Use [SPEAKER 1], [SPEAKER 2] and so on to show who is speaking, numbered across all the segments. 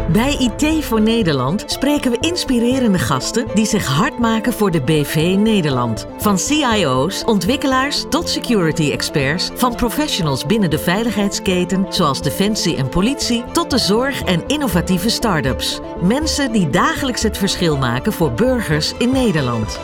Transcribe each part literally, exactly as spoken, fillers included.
[SPEAKER 1] Bij I T voor Nederland spreken we inspirerende gasten die zich hard maken voor de B V Nederland. Van C I O's, ontwikkelaars tot security experts, van professionals binnen de veiligheidsketen zoals defensie en politie tot de zorg en innovatieve start-ups. Mensen die dagelijks het verschil maken voor burgers in Nederland.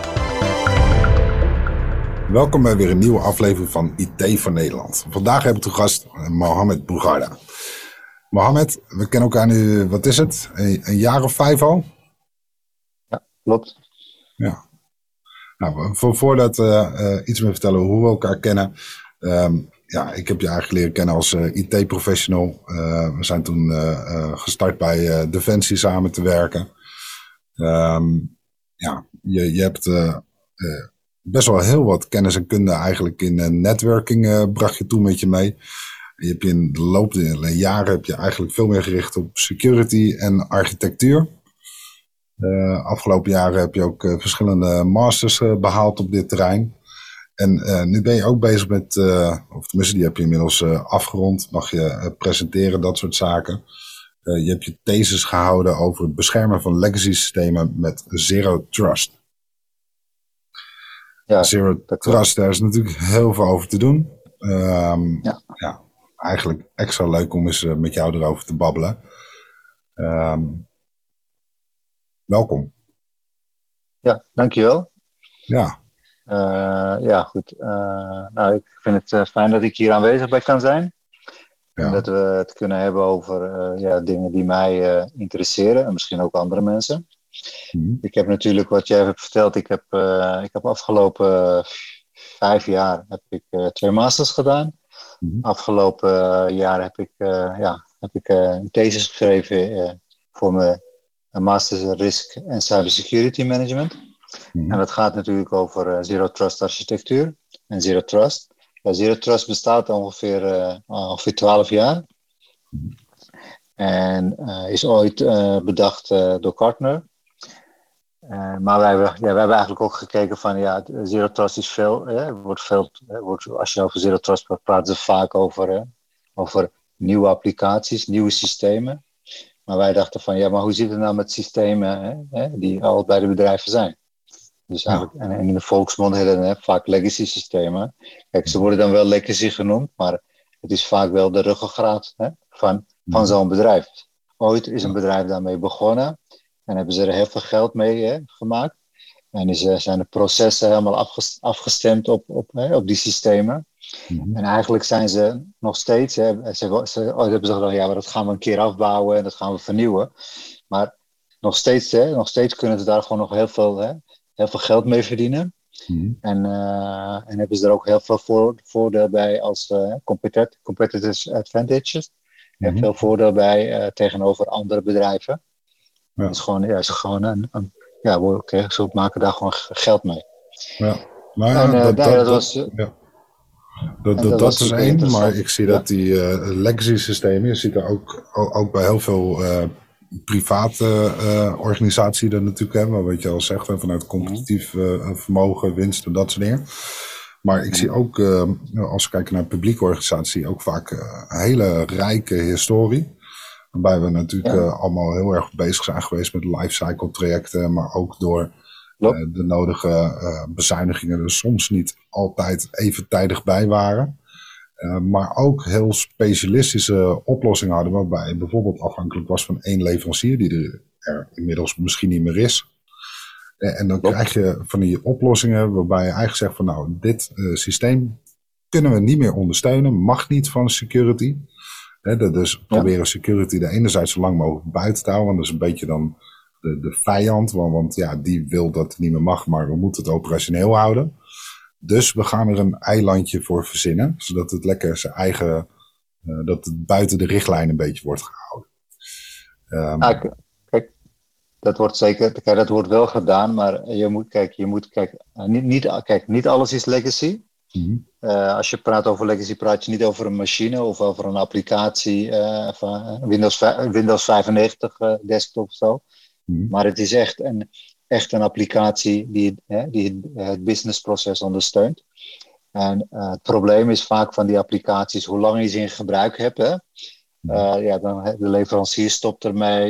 [SPEAKER 2] Welkom bij weer een nieuwe aflevering van I T voor Nederland. Vandaag heb ik te gast Mohamed Bougarda. Mohamed, we kennen elkaar nu, wat is het, een, een jaar of vijf al?
[SPEAKER 3] Ja, klopt.
[SPEAKER 2] Ja. Nou, voor, voordat we uh, uh, iets meer vertellen hoe we elkaar kennen. Um, ja, ik heb je eigenlijk leren kennen als uh, I T-professional. Uh, we zijn toen uh, uh, gestart bij uh, Defensie samen te werken. Um, ja, je, je hebt uh, uh, best wel heel wat kennis en kunde eigenlijk in uh, netwerking uh, bracht je toen met je mee. Je hebt je in de loop der jaren heb je eigenlijk veel meer gericht op security en architectuur. Uh, afgelopen jaren heb je ook uh, verschillende masters uh, behaald op dit terrein. En uh, nu ben je ook bezig met, uh, of tenminste die heb je inmiddels uh, afgerond, mag je uh, presenteren, dat soort zaken. Uh, je hebt je thesis gehouden over het beschermen van legacy systemen met Zero Trust. Ja, Zero Trust, daar is natuurlijk heel veel over te doen. Um, ja. ja. Eigenlijk extra leuk om eens met jou erover te babbelen. Um, welkom.
[SPEAKER 3] Ja, dankjewel.
[SPEAKER 2] Ja.
[SPEAKER 3] Uh, ja, goed. Uh, nou, ik vind het uh, fijn dat ik hier aanwezig bij kan zijn. Ja. En dat we het kunnen hebben over uh, ja, dingen die mij uh, interesseren. En misschien ook andere mensen. Mm-hmm. Ik heb natuurlijk, wat jij hebt verteld, ik heb, uh, ik heb afgelopen uh, vijf jaar heb ik, uh, twee masters gedaan. Mm-hmm. Afgelopen uh, jaar heb ik, uh, ja, heb ik uh, een thesis geschreven uh, voor mijn uh, Masters in Risk en Cybersecurity Management. Mm-hmm. En dat gaat natuurlijk over uh, Zero Trust architectuur en Zero Trust. Ja, Zero Trust bestaat ongeveer, uh, ongeveer twaalf jaar. Mm-hmm. En uh, is ooit uh, bedacht uh, door Gartner. Uh, maar wij hebben, ja, wij hebben eigenlijk ook gekeken van, ja, Zero Trust is veel, hè, wordt veel hè, wordt, als je over Zero Trust praat, praten ze vaak over, hè, over nieuwe applicaties, nieuwe systemen. Maar wij dachten van, ja, maar hoe zit het nou met systemen hè, hè, die al bij de bedrijven zijn? Dus eigenlijk, en in de volksmond heet het vaak legacy systemen. Kijk, ze worden dan wel legacy genoemd, maar het is vaak wel de ruggengraat hè, van, van zo'n bedrijf. Ooit is een bedrijf daarmee begonnen. En hebben ze er heel veel geld mee hè, gemaakt. En is, uh, zijn de processen helemaal afges- afgestemd op, op, hè, op die systemen. Mm-hmm. En eigenlijk zijn ze nog steeds... Hè, ze, ze, ooit hebben ze gedacht, ja, maar dat gaan we een keer afbouwen en dat gaan we vernieuwen. Maar nog steeds, hè, nog steeds kunnen ze daar gewoon nog heel veel, hè, heel veel geld mee verdienen. Mm-hmm. En, uh, en hebben ze er ook heel veel voor, voordeel bij als uh, competitive, competitive advantages. Mm-hmm. En veel voordeel bij uh, tegenover andere bedrijven. Ja. Het is gewoon, ja, is gewoon een, een ja, oké, okay, ze maken daar gewoon geld mee.
[SPEAKER 2] Ja, maar ja, en, uh, dat, dat, dat, was, ja. dat, dat, dat, dat is één, maar ik zie ja. dat die uh, legacy systemen, je ziet er ook, ook bij heel veel uh, private uh, organisaties er natuurlijk hebben, wat je al zegt, vanuit competitief uh, vermogen, winst en dat soort dingen. Maar ik zie ook, uh, als we kijken naar publieke organisaties, ook vaak uh, een hele rijke historie. Waarbij we natuurlijk ja. uh, allemaal heel erg bezig zijn geweest met lifecycle trajecten, maar ook door uh, de nodige uh, bezuinigingen er soms niet altijd even tijdig bij waren. Uh, maar ook heel specialistische oplossingen hadden, waarbij je bijvoorbeeld afhankelijk was van één leverancier, die er, er inmiddels misschien niet meer is. Uh, en dan Klopt. krijg je van die oplossingen waarbij je eigenlijk zegt van nou, dit uh, systeem kunnen we niet meer ondersteunen, mag niet van security. He, dus proberen ja. security er enerzijds zo lang mogelijk buiten te houden. Want dat is een beetje dan de, de vijand. Want, want ja, die wil dat het niet meer mag, maar we moeten het operationeel houden. Dus we gaan er een eilandje voor verzinnen. Zodat het lekker zijn eigen, uh, dat het buiten de richtlijn een beetje wordt gehouden. Um,
[SPEAKER 3] ah, kijk, dat wordt zeker, kijk, dat wordt wel gedaan. Maar je moet, kijk, je moet, kijk, niet, niet, kijk, niet alles is legacy. Mm-hmm. Uh, als je praat over legacy, praat je niet over een machine of over een applicatie uh, van Windows, Windows vijfennegentig uh, desktop of zo. Mm-hmm. Maar het is echt een, echt een applicatie die, hè, die het businessproces ondersteunt. En uh, het probleem is vaak van die applicaties, hoe lang je ze in gebruik hebt. Hè? Uh, ja, dan, de leverancier stopt ermee.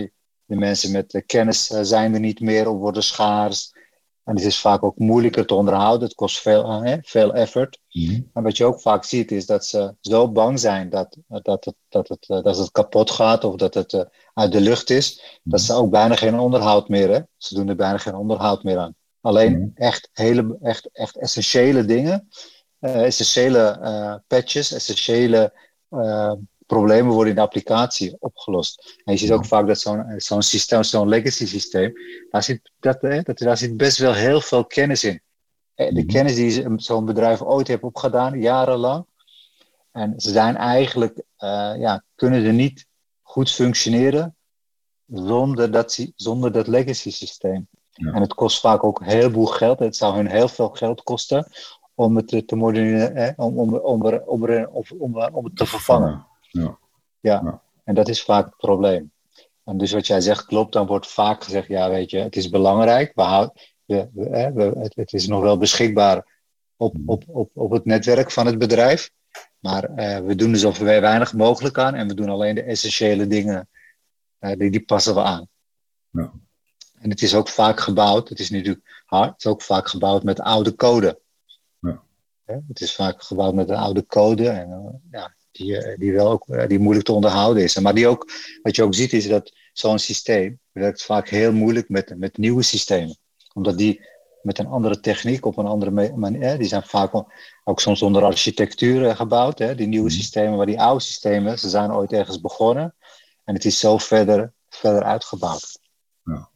[SPEAKER 3] de mensen met de kennis uh, zijn er niet meer of worden schaars. En het is vaak ook moeilijker te onderhouden. Het kost veel, uh, veel effort.
[SPEAKER 2] Mm-hmm.
[SPEAKER 3] En wat je ook vaak ziet is dat ze zo bang zijn dat, dat, het, dat, het, uh, dat het kapot gaat of dat het uh, uit de lucht is. Mm-hmm. Dat ze ook bijna geen onderhoud meer hebben. Ze doen er bijna geen onderhoud meer aan. Alleen mm-hmm. echt, hele, echt, echt essentiële dingen. Uh, essentiële uh, patches, essentiële uh, problemen worden in de applicatie opgelost. En je ziet ook vaak dat zo'n, zo'n systeem, zo'n legacy systeem, daar zit, dat, eh, dat, daar zit best wel heel veel kennis in. De mm-hmm. kennis die zo'n bedrijf ooit heeft opgedaan, jarenlang. En ze zijn eigenlijk, uh, ja, kunnen ze niet goed functioneren zonder dat, zonder dat legacy systeem. Ja. En het kost vaak ook een heleboel geld. Het zou hun heel veel geld kosten om het te moderniseren, eh, om, om, om, om, om, om, om het te vervangen.
[SPEAKER 2] Ja.
[SPEAKER 3] Ja. ja, en dat is vaak het probleem. En dus wat jij zegt klopt, dan wordt vaak gezegd, ja weet je, het is belangrijk, we houden, we, we, we, het, het is nog wel beschikbaar op, op, op, op het netwerk van het bedrijf, maar uh, we doen er zo weinig mogelijk aan en we doen alleen de essentiële dingen, uh, die, die passen we aan.
[SPEAKER 2] Ja.
[SPEAKER 3] En het is ook vaak gebouwd, het is natuurlijk hard, het is ook vaak gebouwd met oude code.
[SPEAKER 2] Ja.
[SPEAKER 3] Ja, het is vaak gebouwd met een oude code en uh, ja, Die, die wel ook die moeilijk te onderhouden is. Maar die ook, wat je ook ziet is dat zo'n systeem werkt vaak heel moeilijk met, met nieuwe systemen. Omdat die met een andere techniek, op een andere manier, die zijn vaak ook soms onder architectuur gebouwd. Hè, die nieuwe systemen, maar die oude systemen, ze zijn ooit ergens begonnen. En het is zo verder, verder uitgebouwd.
[SPEAKER 2] Ja.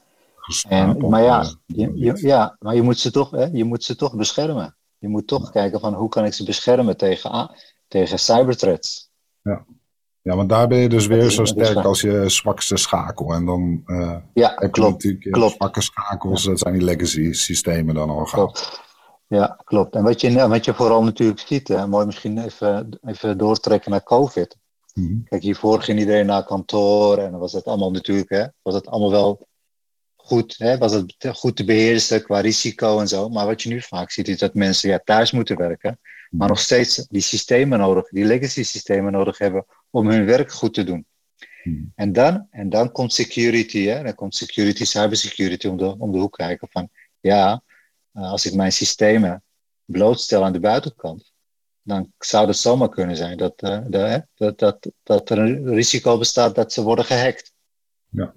[SPEAKER 3] En, maar ja, je, je, ja, maar je moet ze toch, hè, je moet ze toch beschermen. Je moet toch ja. kijken van hoe kan ik ze beschermen tegen... Tegen cyberthreats.
[SPEAKER 2] Ja. ja, maar daar ben je dus weer zo sterk als je zwakste schakel. En dan uh,
[SPEAKER 3] ja,
[SPEAKER 2] heb
[SPEAKER 3] klopt,
[SPEAKER 2] je natuurlijk
[SPEAKER 3] klopt.
[SPEAKER 2] zwakke schakels, ja. Dat zijn die legacy systemen dan al
[SPEAKER 3] gehad. Ja, klopt. En wat je, wat je vooral natuurlijk ziet, hè, mooi misschien even, even doortrekken naar COVID.
[SPEAKER 2] Mm-hmm.
[SPEAKER 3] Kijk, hiervoor ging iedereen naar kantoor en dan was het allemaal natuurlijk, hè, was het allemaal wel goed, hè, was het goed te beheersen qua risico en zo. Maar wat je nu vaak ziet is dat mensen ja, thuis moeten werken. Maar nog steeds die systemen nodig, die legacy systemen nodig hebben om hun werk goed te doen.
[SPEAKER 2] Hmm.
[SPEAKER 3] En, dan, en dan komt security, hè? Dan komt security, cybersecurity om de, om de hoek kijken van, ja, als ik mijn systemen blootstel aan de buitenkant, dan zou het zomaar kunnen zijn dat, uh, de, dat, dat, dat er een risico bestaat dat ze worden gehackt.
[SPEAKER 2] Ja.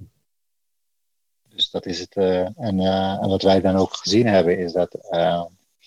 [SPEAKER 3] Dus dat is het. Uh, en, uh, en wat wij dan ook gezien hebben is dat... Uh,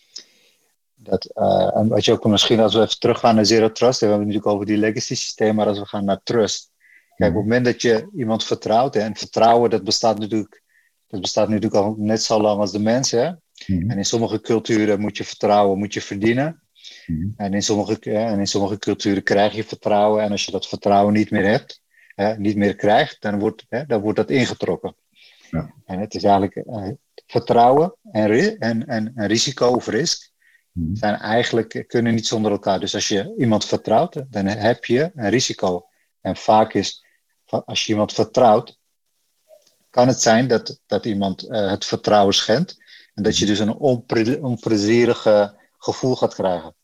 [SPEAKER 3] Dat, uh, en wat je ook misschien, als we even teruggaan naar Zero Trust, we hebben het natuurlijk over die legacy systeem, maar als we gaan naar trust. Kijk, op het moment dat je iemand vertrouwt, hè, en vertrouwen, dat bestaat natuurlijk, dat bestaat natuurlijk al net zo lang als de mensen. Hè?
[SPEAKER 2] Mm-hmm.
[SPEAKER 3] En in sommige culturen moet je vertrouwen, moet je verdienen.
[SPEAKER 2] Mm-hmm.
[SPEAKER 3] En, in sommige, ja, en in sommige culturen krijg je vertrouwen. En als je dat vertrouwen niet meer hebt, hè, niet meer krijgt, dan wordt, hè, dan wordt dat ingetrokken.
[SPEAKER 2] Ja.
[SPEAKER 3] En het is eigenlijk uh, vertrouwen en, ri- en, en, en risico of risk. Zijn eigenlijk, kunnen niet zonder elkaar. Dus als je iemand vertrouwt, dan heb je een risico. En vaak is, als je iemand vertrouwt, kan het zijn dat, dat iemand uh, het vertrouwen schendt. En dat je dus een onpre- onplezierig gevoel gaat krijgen.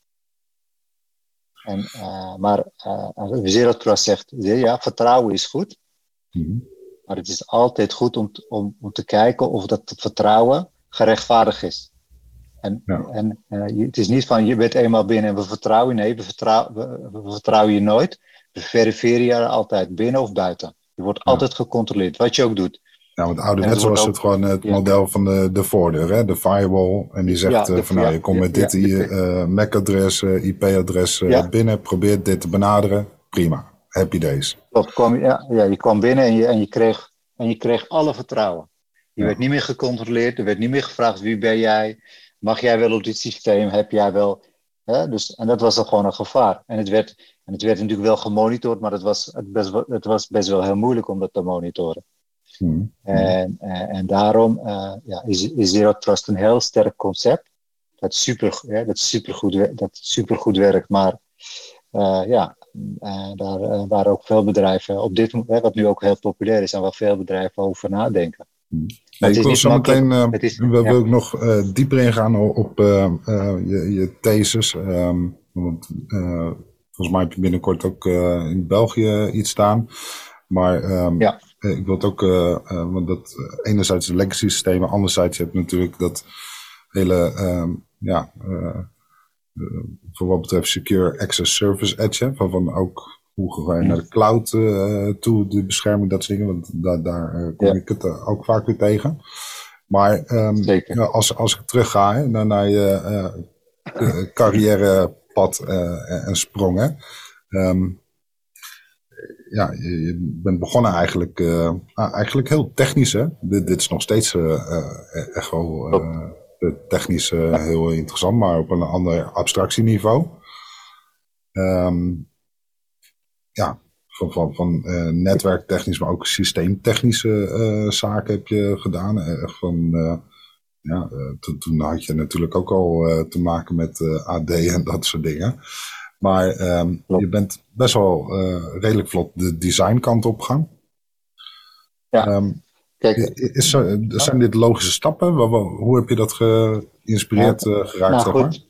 [SPEAKER 3] En, uh, maar uh, Zero Trust zegt, ja, vertrouwen is goed.
[SPEAKER 2] Mm-hmm.
[SPEAKER 3] Maar het is altijd goed om, om, om te kijken of dat vertrouwen gerechtvaardigd is. En,
[SPEAKER 2] ja.
[SPEAKER 3] en uh, het is niet van, je bent eenmaal binnen en we vertrouwen je. Nee, we, vertrouw, we, we vertrouwen je nooit. We verifiëren je altijd binnen of buiten. Je wordt
[SPEAKER 2] ja.
[SPEAKER 3] altijd gecontroleerd, wat je ook doet.
[SPEAKER 2] Ja, want ouderwets was ook, het gewoon het ja. model van de, de voordeur, hè? De firewall. En die zegt ja, de, van, nou, ja, je komt met ja, dit ja, uh, M A C-adres, uh, I P-adres uh, ja. binnen. Probeer dit te benaderen. Prima. Happy days.
[SPEAKER 3] Klopt, kwam, ja, ja, je kwam binnen en je, en je, kreeg, en je kreeg alle vertrouwen. Je ja. werd niet meer gecontroleerd. Er werd niet meer gevraagd, wie ben jij? Mag jij wel op dit systeem? Heb jij wel... Hè? Dus, en dat was dan gewoon een gevaar. En het werd, en het werd natuurlijk wel gemonitord, maar het was, het, best, het was best wel heel moeilijk om dat te monitoren.
[SPEAKER 2] Hmm.
[SPEAKER 3] En, en, en daarom uh, ja, is, is Zero Trust een heel sterk concept. Dat super, ja, dat supergoed, dat supergoed werkt. Maar uh, ja, uh, daar uh, waren ook veel bedrijven op dit moment, wat nu ook heel populair is, en waar veel bedrijven over nadenken.
[SPEAKER 2] Hmm. Nee, ik wil zo meteen uh, is, wil, wil
[SPEAKER 3] ja.
[SPEAKER 2] ik nog uh, dieper ingaan op uh, uh, je, je thesis. Um, want uh, volgens mij heb je binnenkort ook uh, in België iets staan. Maar um,
[SPEAKER 3] ja.
[SPEAKER 2] ik wil het ook, uh, uh, want dat uh, enerzijds de legacy systemen, anderzijds je hebt natuurlijk dat hele, um, ja, uh, uh, voor wat betreft Secure Access Service Edge, hè, van, van ook hoe ga je naar de cloud uh, toe, de bescherming, dat soort dingen, want daar, daar uh, kom ja. ik het uh, ook vaak weer tegen. Maar um, ja, als, als ik terug ga hè, naar, naar je uh, carrièrepad uh, en sprongen. Um, ja, je, je bent begonnen eigenlijk, uh, eigenlijk heel technisch. Hè? Dit, dit is nog steeds uh, uh, echt wel uh, technisch uh, heel interessant, maar op een ander abstractieniveau. Um, ja, van, van, van uh, netwerktechnisch, maar ook systeemtechnische uh, zaken heb je gedaan. Echt van, uh, ja, uh, to, toen had je natuurlijk ook al uh, te maken met uh, A D en dat soort dingen. Maar um, je bent best wel uh, redelijk vlot de designkant opgegaan.
[SPEAKER 3] Ja, um, kijk.
[SPEAKER 2] Is, zijn dit logische stappen? Hoe heb je dat geïnspireerd uh, geraakt?
[SPEAKER 3] Nou, goed.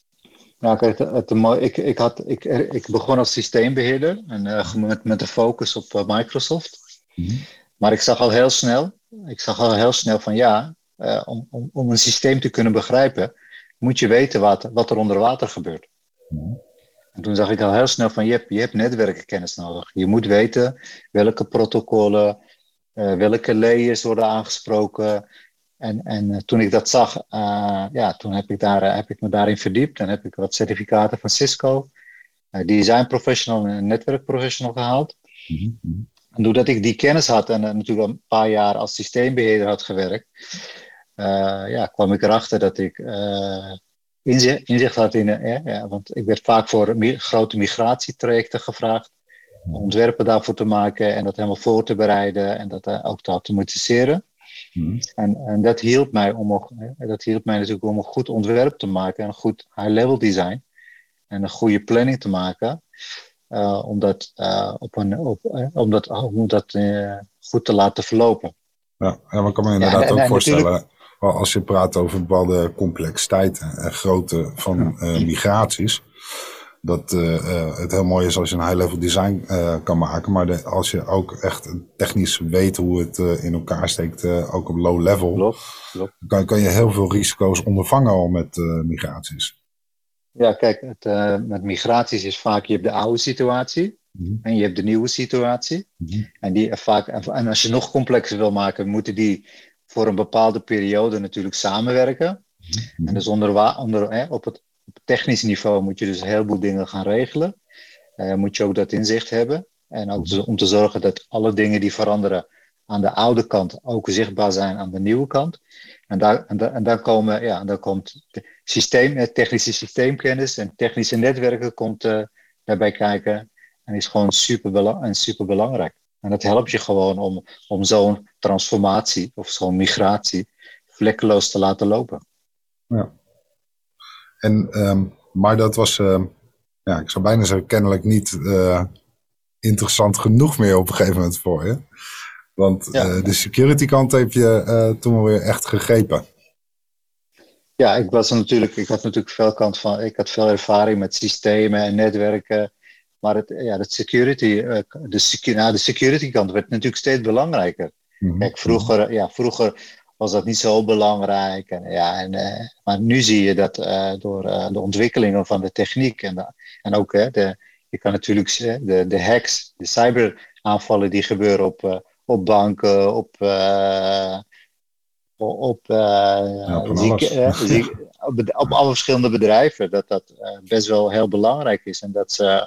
[SPEAKER 3] Nou, kijk, het, het, het, ik, ik, had, ik, ik begon als systeembeheerder en uh, met, met de focus op uh, Microsoft. Mm-hmm. Maar ik zag al heel snel, ik zag al heel snel van ja, uh, om, om, om een systeem te kunnen begrijpen, moet je weten wat, wat er onder water gebeurt. Mm-hmm. En toen zag ik al heel snel van je hebt, je hebt netwerkenkennis nodig. Je moet weten welke protocollen, uh, welke layers worden aangesproken. En, en uh, toen ik dat zag, uh, ja, toen heb ik, daar, uh, heb ik me daarin verdiept. En heb ik wat certificaten van Cisco, uh, design professional en netwerk professional gehaald. Mm-hmm. En doordat ik die kennis had en uh, natuurlijk al een paar jaar als systeembeheerder had gewerkt, uh, ja, kwam ik erachter dat ik uh, inzicht, inzicht had in, uh, ja, want ik werd vaak voor mi- grote migratietrajecten gevraagd, ontwerpen daarvoor te maken en dat helemaal voor te bereiden en dat uh, ook te automatiseren. Hmm. En, en dat hielp mij om ook, dat hielp mij natuurlijk om een goed ontwerp te maken en een goed high-level design en een goede planning te maken, uh, om dat, uh, op een, op, uh, om dat, om dat uh, goed te laten verlopen.
[SPEAKER 2] Ja, ja, maar ik kan me inderdaad ja, en, ook en, voorstellen, natuurlijk, als je praat over bepaalde complexiteit en grootte van uh, migraties, dat uh, uh, het heel mooi is als je een high-level design uh, kan maken. Maar de, als je ook echt technisch weet hoe het uh, in elkaar steekt, uh, ook op low level, klopt, klopt. Kan, kan je heel veel risico's ondervangen al met uh, migraties.
[SPEAKER 3] Ja, kijk, het, uh, met migraties is vaak, je hebt de oude situatie mm-hmm. en je hebt de nieuwe situatie. Mm-hmm. En, die, vaak, en als je nog complexer wil maken, moeten die voor een bepaalde periode natuurlijk samenwerken. Mm-hmm. En dus onder, onder, eh, op het Op technisch niveau moet je dus een heleboel dingen gaan regelen. Uh, moet je ook dat inzicht hebben. En ook dus om te zorgen dat alle dingen die veranderen aan de oude kant ook zichtbaar zijn aan de nieuwe kant. En daar, en daar, en daar, komen, ja, daar komt systeem, technische systeemkennis en technische netwerken komt uh, daarbij kijken. En is gewoon super, belang, en super belangrijk. En dat helpt je gewoon om, om zo'n transformatie of zo'n migratie vlekkeloos te laten lopen.
[SPEAKER 2] Ja. En, um, maar dat was, uh, ja, ik zou bijna zeggen, kennelijk niet uh, interessant genoeg meer op een gegeven moment voor je. Want ja. uh, de security kant heb je uh, toen wel weer echt gegrepen.
[SPEAKER 3] Ja, ik was natuurlijk, ik had natuurlijk veel kant van, ik had veel ervaring met systemen en netwerken. Maar het, ja, het security, uh, de, secu- nou, de security kant werd natuurlijk steeds belangrijker. Mm-hmm. Kijk, vroeger, ja, vroeger was dat niet zo belangrijk. En, ja, en, uh, maar nu zie je dat uh, door uh, de ontwikkelingen van de techniek en, de, en ook uh, de, je kan natuurlijk uh, de, de hacks, de cyberaanvallen die gebeuren op, uh, op banken, op, uh, op, uh, ja, op, zieke, uh, zieke, op, op alle verschillende bedrijven, dat dat uh, best wel heel belangrijk is. En dat, uh,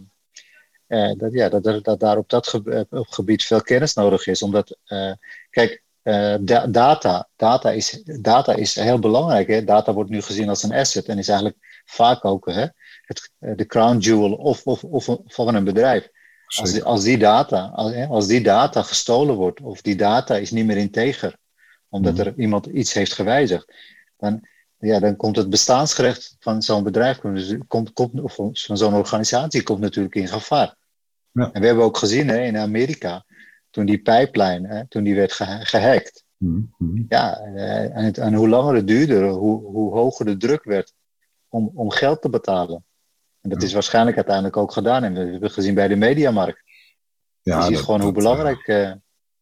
[SPEAKER 3] uh, dat, ja, dat, dat, dat daar op dat ge- op gebied veel kennis nodig is. Omdat, uh, kijk, Uh, da- data, data, is, data is heel belangrijk. Hè? Data wordt nu gezien als een asset en is eigenlijk vaak ook hè, het, de crown jewel of, of, of, van een bedrijf. Als die, als, die data, als, als die data gestolen wordt of die data is niet meer integer omdat er iemand iets heeft gewijzigd, dan, ja, dan komt het bestaansrecht van zo'n bedrijf, komt, komt, of van zo'n organisatie komt natuurlijk in gevaar. Ja. En we hebben ook gezien hè, in Amerika, toen die pijplijn, hè, toen die werd ge- gehackt. Mm-hmm. Ja, en, het, en hoe langer het duurde, hoe, hoe hoger de druk werd om, om geld te betalen. En dat ja. is waarschijnlijk uiteindelijk ook gedaan. En we hebben gezien bij de mediamarkt. Ja, je ziet dat, gewoon hoe dat, belangrijk... Uh,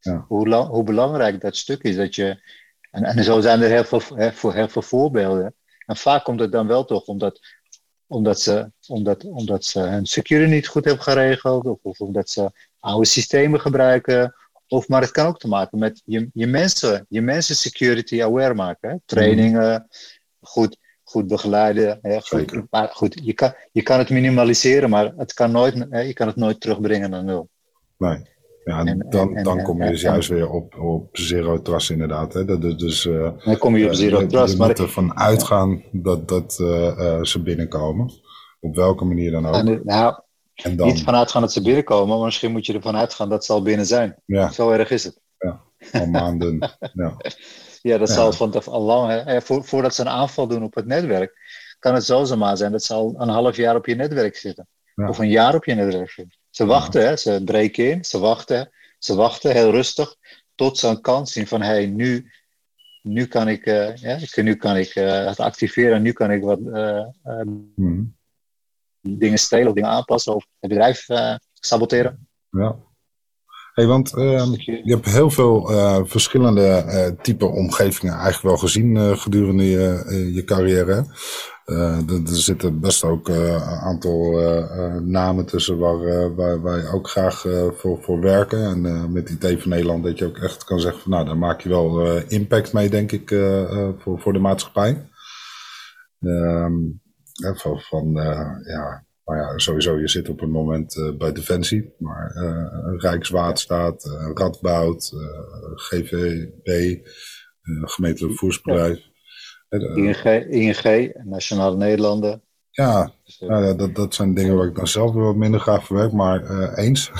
[SPEAKER 3] ja. hoe, lang, hoe belangrijk dat stuk is. Dat je, en, en zo zijn er heel veel, heel, heel veel voorbeelden. En vaak komt het dan wel toch omdat, omdat, ze, omdat, omdat ze hun security niet goed hebben geregeld. Of, of omdat ze oude systemen gebruiken. Of, maar het kan ook te maken met je, je mensen. Je mensen security aware maken. Hè? Trainingen, mm. goed, goed begeleiden. Hè? Goed, maar goed, je kan, je kan het minimaliseren, maar het kan nooit, hè? Je kan het nooit terugbrengen naar nul.
[SPEAKER 2] Nee. Ja, en, en dan, en, dan en, kom je dus en, juist en, weer op, op zero trust inderdaad. Hè? Dat is dus, uh,
[SPEAKER 3] dan kom je op zero
[SPEAKER 2] uh,
[SPEAKER 3] trust.
[SPEAKER 2] Je moet ervan uitgaan dat, dat uh, uh, ze binnenkomen. Op welke manier dan ook.
[SPEAKER 3] En, nou,
[SPEAKER 2] en dan,
[SPEAKER 3] niet vanuit gaan dat ze binnenkomen, maar misschien moet je ervan uitgaan dat ze al binnen zijn.
[SPEAKER 2] Ja.
[SPEAKER 3] Zo erg is het.
[SPEAKER 2] Ja, al maanden. ja.
[SPEAKER 3] ja, dat
[SPEAKER 2] ja.
[SPEAKER 3] zal van al lang. Hè? Vo, voordat ze een aanval doen op het netwerk, kan het zo zomaar zijn dat ze al een half jaar op je netwerk zitten. Ja. Of een jaar op je netwerk zitten. Ze wachten, ja. hè? Ze breken in, ze wachten, ze wachten heel rustig tot ze een kans zien van hey, nu, nu kan ik, uh, ja, nu kan ik uh, het activeren, nu kan ik wat uh, uh, mm. dingen stelen of dingen aanpassen of het bedrijf uh, saboteren.
[SPEAKER 2] Ja. Hey, want uh, je hebt heel veel uh, verschillende uh, type omgevingen eigenlijk wel gezien uh, gedurende je, uh, je carrière. Uh, er, er zitten best ook uh, een aantal uh, uh, namen tussen waar, uh, waar wij ook graag uh, voor, voor werken. En uh, met het idee van Nederland dat je ook echt kan zeggen van nou, daar maak je wel uh, impact mee, denk ik, uh, uh, voor, voor de maatschappij. Um, van, van uh, ja... Maar ja, sowieso, je zit op het moment uh, bij Defensie, maar uh, Rijkswaterstaat, uh, Radboud, uh, G V B, uh, gemeentelijk voersbedrijf.
[SPEAKER 3] Ja. Uh, I N G, I N G, Nationale Nederlanden.
[SPEAKER 2] Ja, dus, uh, nou, dat, dat zijn dingen waar ik dan zelf weer wat minder graag verwerk, maar uh, eens.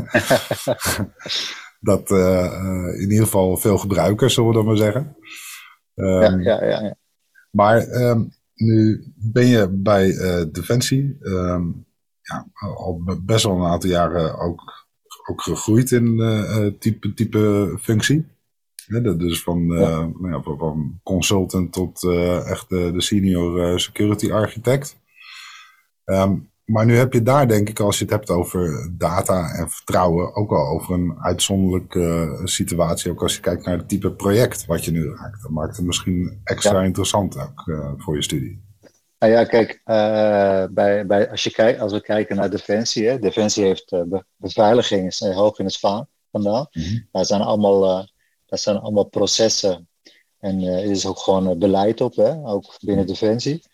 [SPEAKER 2] dat uh, uh, in ieder geval veel gebruikers, zullen we dat maar zeggen. Um,
[SPEAKER 3] ja, ja, ja, ja.
[SPEAKER 2] Maar... Um, Nu ben je bij uh, Defensie um, ja, al best wel een aantal jaren ook, ook gegroeid in uh, type, type functie. Ja, dus van, uh, ja. Nou ja, van consultant tot uh, echt uh, de senior uh, security architect. Um, maar nu heb je daar denk ik, als je het hebt over data en vertrouwen, ook wel over een uitzonderlijke uh, situatie. Ook als je kijkt naar het type project wat je nu raakt. Dat maakt het misschien extra ja. interessant ook uh, voor je studie.
[SPEAKER 3] Nou ja, kijk, uh, bij, bij, als, je kijkt, als we kijken naar Defensie. Hè, Defensie heeft uh, be- beveiliging is uh, hoog in het vaandel vandaan. Mm-hmm. Daar zijn allemaal, uh, daar zijn allemaal processen. En uh, er is ook gewoon uh, beleid op, hè, ook binnen Defensie.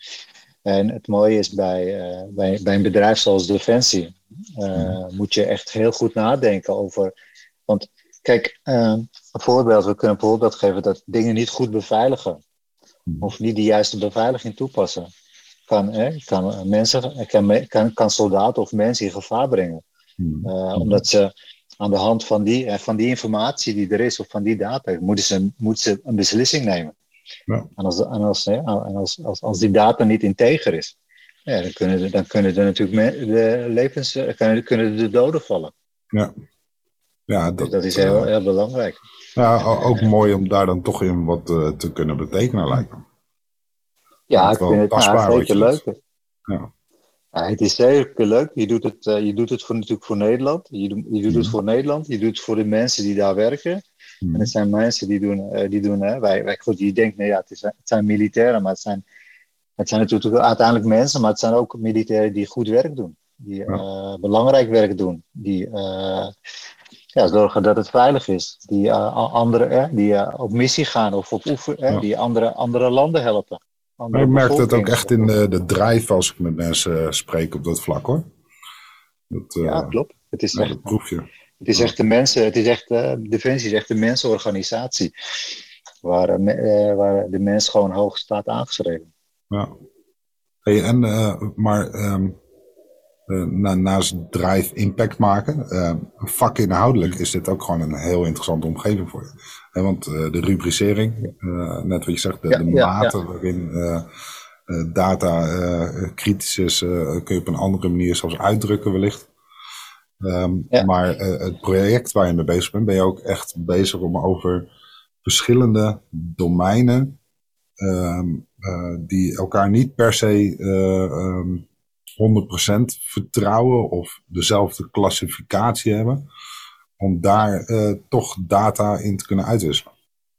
[SPEAKER 3] En het mooie is bij, uh, bij, bij een bedrijf zoals Defensie uh, moet je echt heel goed nadenken over. Want kijk, uh, een voorbeeld, we kunnen een voorbeeld geven dat dingen niet goed beveiligen. Of niet de juiste beveiliging toepassen. Kan, eh, kan, mensen, kan, kan, kan soldaten of mensen in gevaar brengen. Uh, omdat ze aan de hand van die, van die informatie die er is of van die data, moeten ze, moeten ze een beslissing nemen. Ja. En, als, en, als, en als, als, als die data niet integer is, ja, dan, kunnen er, dan kunnen er natuurlijk de levens, kunnen, kunnen de doden vallen.
[SPEAKER 2] Ja, ja dat,
[SPEAKER 3] dus dat is heel, heel belangrijk.
[SPEAKER 2] Ja, ook mooi om daar dan toch in wat uh, te kunnen betekenen, lijkt me.
[SPEAKER 3] Ja, ik vind het nou, zeker leuk.
[SPEAKER 2] Ja.
[SPEAKER 3] Ja, het is zeker leuk. Je doet het, uh, je doet het voor, natuurlijk voor Nederland. Je, doet, je doet mm. het voor Nederland. Je doet het voor de mensen die daar werken. Mm. En het zijn mensen die doen, uh, die doen hè, wij, wij, goed, je denkt, nou ja, het, is, het zijn militairen, maar het zijn, het zijn natuurlijk uiteindelijk mensen, maar het zijn ook militairen die goed werk doen. Die uh, ja. belangrijk werk doen. Die uh, ja, zorgen dat het veilig is. Die, uh, andere, eh, die uh, op missie gaan of op oefen, eh, ja. die andere, andere landen helpen.
[SPEAKER 2] Maar ik merk het ook echt in de, de drive als ik met mensen spreek op dat vlak, hoor. Dat, uh,
[SPEAKER 3] ja, klopt. Het is
[SPEAKER 2] ja,
[SPEAKER 3] echt,
[SPEAKER 2] dat proef je.
[SPEAKER 3] Het is echt de mensen, het is echt, uh, Defensie is echt een mensenorganisatie. Waar, uh, waar de mens gewoon hoog staat aangeschreven.
[SPEAKER 2] Ja. Hey, en, uh, maar um, uh, na, naast drive impact maken, uh, vakinhoudelijk is dit ook gewoon een heel interessante omgeving voor je. He, want uh, de rubricering, uh, net wat je zegt, de, ja, de mate ja, ja. waarin uh, uh, data uh, kritisch is, uh, kun je op een andere manier zelfs uitdrukken wellicht. Um, ja. Maar uh, het project waar je mee bezig bent, ben je ook echt bezig om over verschillende domeinen um, uh, die elkaar niet per se uh, um, honderd procent vertrouwen of dezelfde klassificatie hebben. om daar uh, toch data in te kunnen uitwisselen.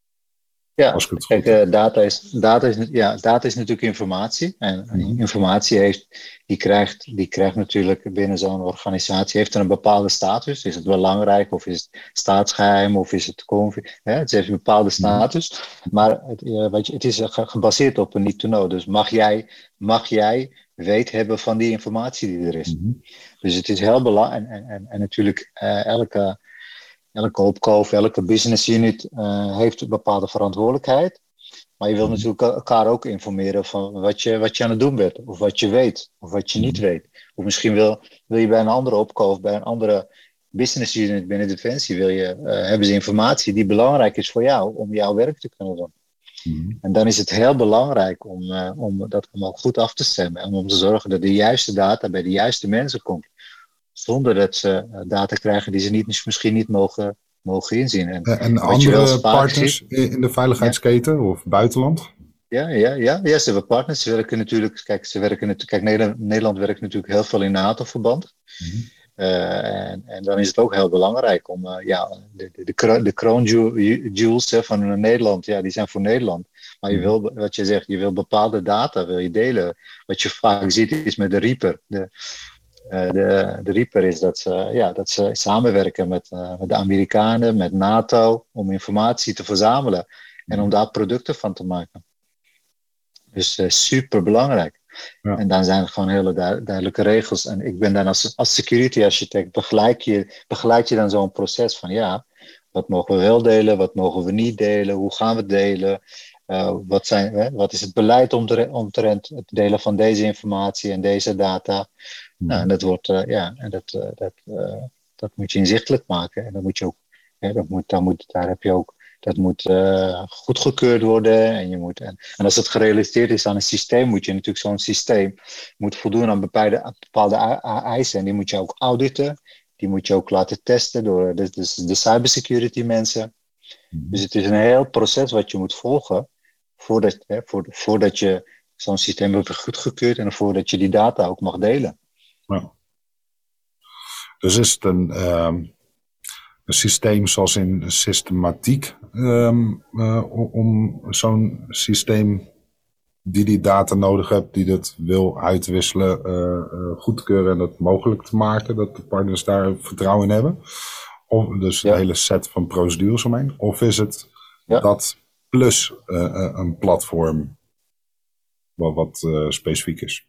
[SPEAKER 3] Ja, kijk, uh, data, is, data, is, ja, data is natuurlijk informatie. En mm-hmm. informatie heeft, die krijgt, die krijgt natuurlijk binnen zo'n organisatie, heeft er een bepaalde status. Is het belangrijk of is het staatsgeheim of is het confi- hè? Het heeft een bepaalde status. Mm-hmm. Maar het, uh, weet je, het is gebaseerd op een need to know. Dus mag jij, mag jij weet hebben van die informatie die er is. Mm-hmm. Dus het is heel belangrijk. En, en, en, en natuurlijk uh, elke... Elke opkoop, elke business unit uh, heeft een bepaalde verantwoordelijkheid. Maar je wilt mm. natuurlijk elkaar ook informeren van wat je, wat je aan het doen bent. Of wat je weet. Of wat je mm. niet weet. Of misschien wil, wil je bij een andere opkoop, bij een andere business unit binnen Defensie, wil je, uh, hebben ze informatie die belangrijk is voor jou om jouw werk te kunnen doen. Mm. En dan is het heel belangrijk om, uh, om dat allemaal goed af te stemmen. En om te zorgen dat de juiste data bij de juiste mensen komt. Zonder dat ze data krijgen die ze niet, misschien niet mogen, mogen inzien. En,
[SPEAKER 2] en andere partners ziet, in de veiligheidsketen ja. of buitenland?
[SPEAKER 3] Ja, ja, ja, ja, ze hebben partners. Ze werken natuurlijk, kijk, ze werken, kijk Nederland, Nederland werkt natuurlijk heel veel in NATO-verband. Mm-hmm. Uh, en, en dan is het ook heel belangrijk om uh, ja, de, de, de, de crown jewels hè, van Nederland, ja, die zijn voor Nederland. Maar je wil, wat je zegt, je wil bepaalde data wil je delen. Wat je vaak ziet is met de Reaper. De, Uh, de, de Reaper is dat ze, ja, dat ze samenwerken met, uh, met de Amerikanen, met NATO, om informatie te verzamelen en om daar producten van te maken. Dus uh, super belangrijk. Ja. En dan zijn er gewoon hele du- duidelijke regels. En ik ben dan als, als security architect, begeleid je, begeleid je dan zo'n proces van ja, wat mogen we wel delen, wat mogen we niet delen, hoe gaan we het delen? Uh, wat, zijn, hè, wat is het beleid omtrent het delen van deze informatie en deze data? Nou, en dat wordt, uh, ja, en dat, uh, dat, uh, dat moet je inzichtelijk maken. En dan moet je ook, hè, dat moet, dan moet, daar heb je ook, dat moet uh, goedgekeurd worden. En, je moet, en, en als het gerelateerd is aan een systeem, moet je natuurlijk zo'n systeem moet voldoen aan bepaalde, bepaalde eisen. En die moet je ook auditen. Die moet je ook laten testen door de, de, de cybersecurity mensen. Dus het is een heel proces wat je moet volgen voordat, hè, voordat je zo'n systeem hebt goedgekeurd en voordat je die data ook mag delen.
[SPEAKER 2] Ja. Dus is het een, um, een systeem zoals in systematiek um, uh, om zo'n systeem die die data nodig hebt, die dat wil uitwisselen, uh, uh, goedkeuren en dat mogelijk te maken, dat de partners daar vertrouwen in hebben? Of dus ja. een hele set van procedures omheen? Of is het ja. dat plus uh, uh, een platform wat, wat uh, specifiek is?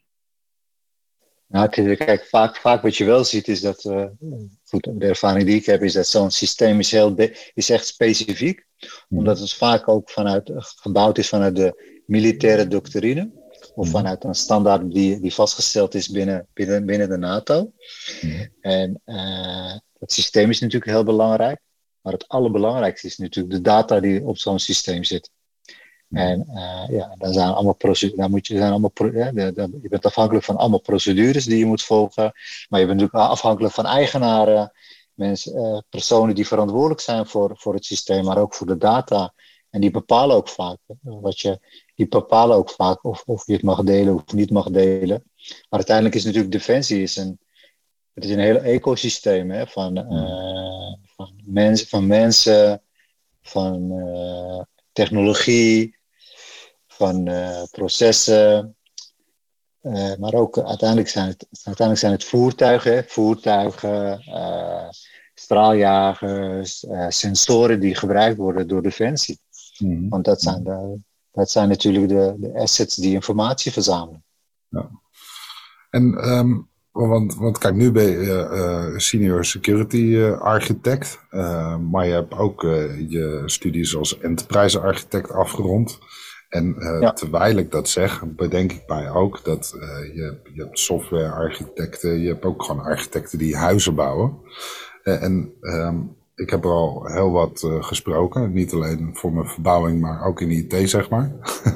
[SPEAKER 3] Nou, kijk, vaak, vaak wat je wel ziet is dat, uh, goed, de ervaring die ik heb, is dat zo'n systeem is, heel de, is echt specifiek. Mm. Omdat het vaak ook vanuit, gebouwd is vanuit de militaire doctrine. Of mm. vanuit een standaard die, die vastgesteld is binnen, binnen, binnen de NATO. Mm. En uh, het systeem is natuurlijk heel belangrijk. Maar het allerbelangrijkste is natuurlijk de data die op zo'n systeem zit. En uh, ja, dan zijn allemaal procedures, dan moet je, zijn allemaal pro- ja, de, de, je bent afhankelijk van allemaal procedures die je moet volgen. Maar je bent natuurlijk afhankelijk van eigenaren, mensen, uh, personen die verantwoordelijk zijn voor, voor het systeem, maar ook voor de data. En die bepalen ook vaak, wat je, die bepalen ook vaak of, of je het mag delen of niet mag delen. Maar uiteindelijk is natuurlijk Defensie is een, het is een hele ecosysteem hè, van, uh, van, mens, van mensen, van uh, technologie, van uh, processen, uh, maar ook uh, uiteindelijk, zijn het, uiteindelijk zijn het voertuigen, hè? voertuigen, uh, straaljagers, uh, sensoren die gebruikt worden door Defensie. Mm-hmm. Want dat zijn, de, dat zijn natuurlijk de, de assets die informatie verzamelen.
[SPEAKER 2] Ja. En um, want, want kijk, nu ben je uh, senior security uh, architect, uh, maar je hebt ook uh, je studies als enterprise architect afgerond. En uh, ja. terwijl ik dat zeg, bedenk ik mij ook dat uh, je, je hebt software architecten, je hebt ook gewoon architecten die huizen bouwen. Uh, en um, ik heb er al heel wat uh, gesproken, niet alleen voor mijn verbouwing, maar ook in I T, zeg maar.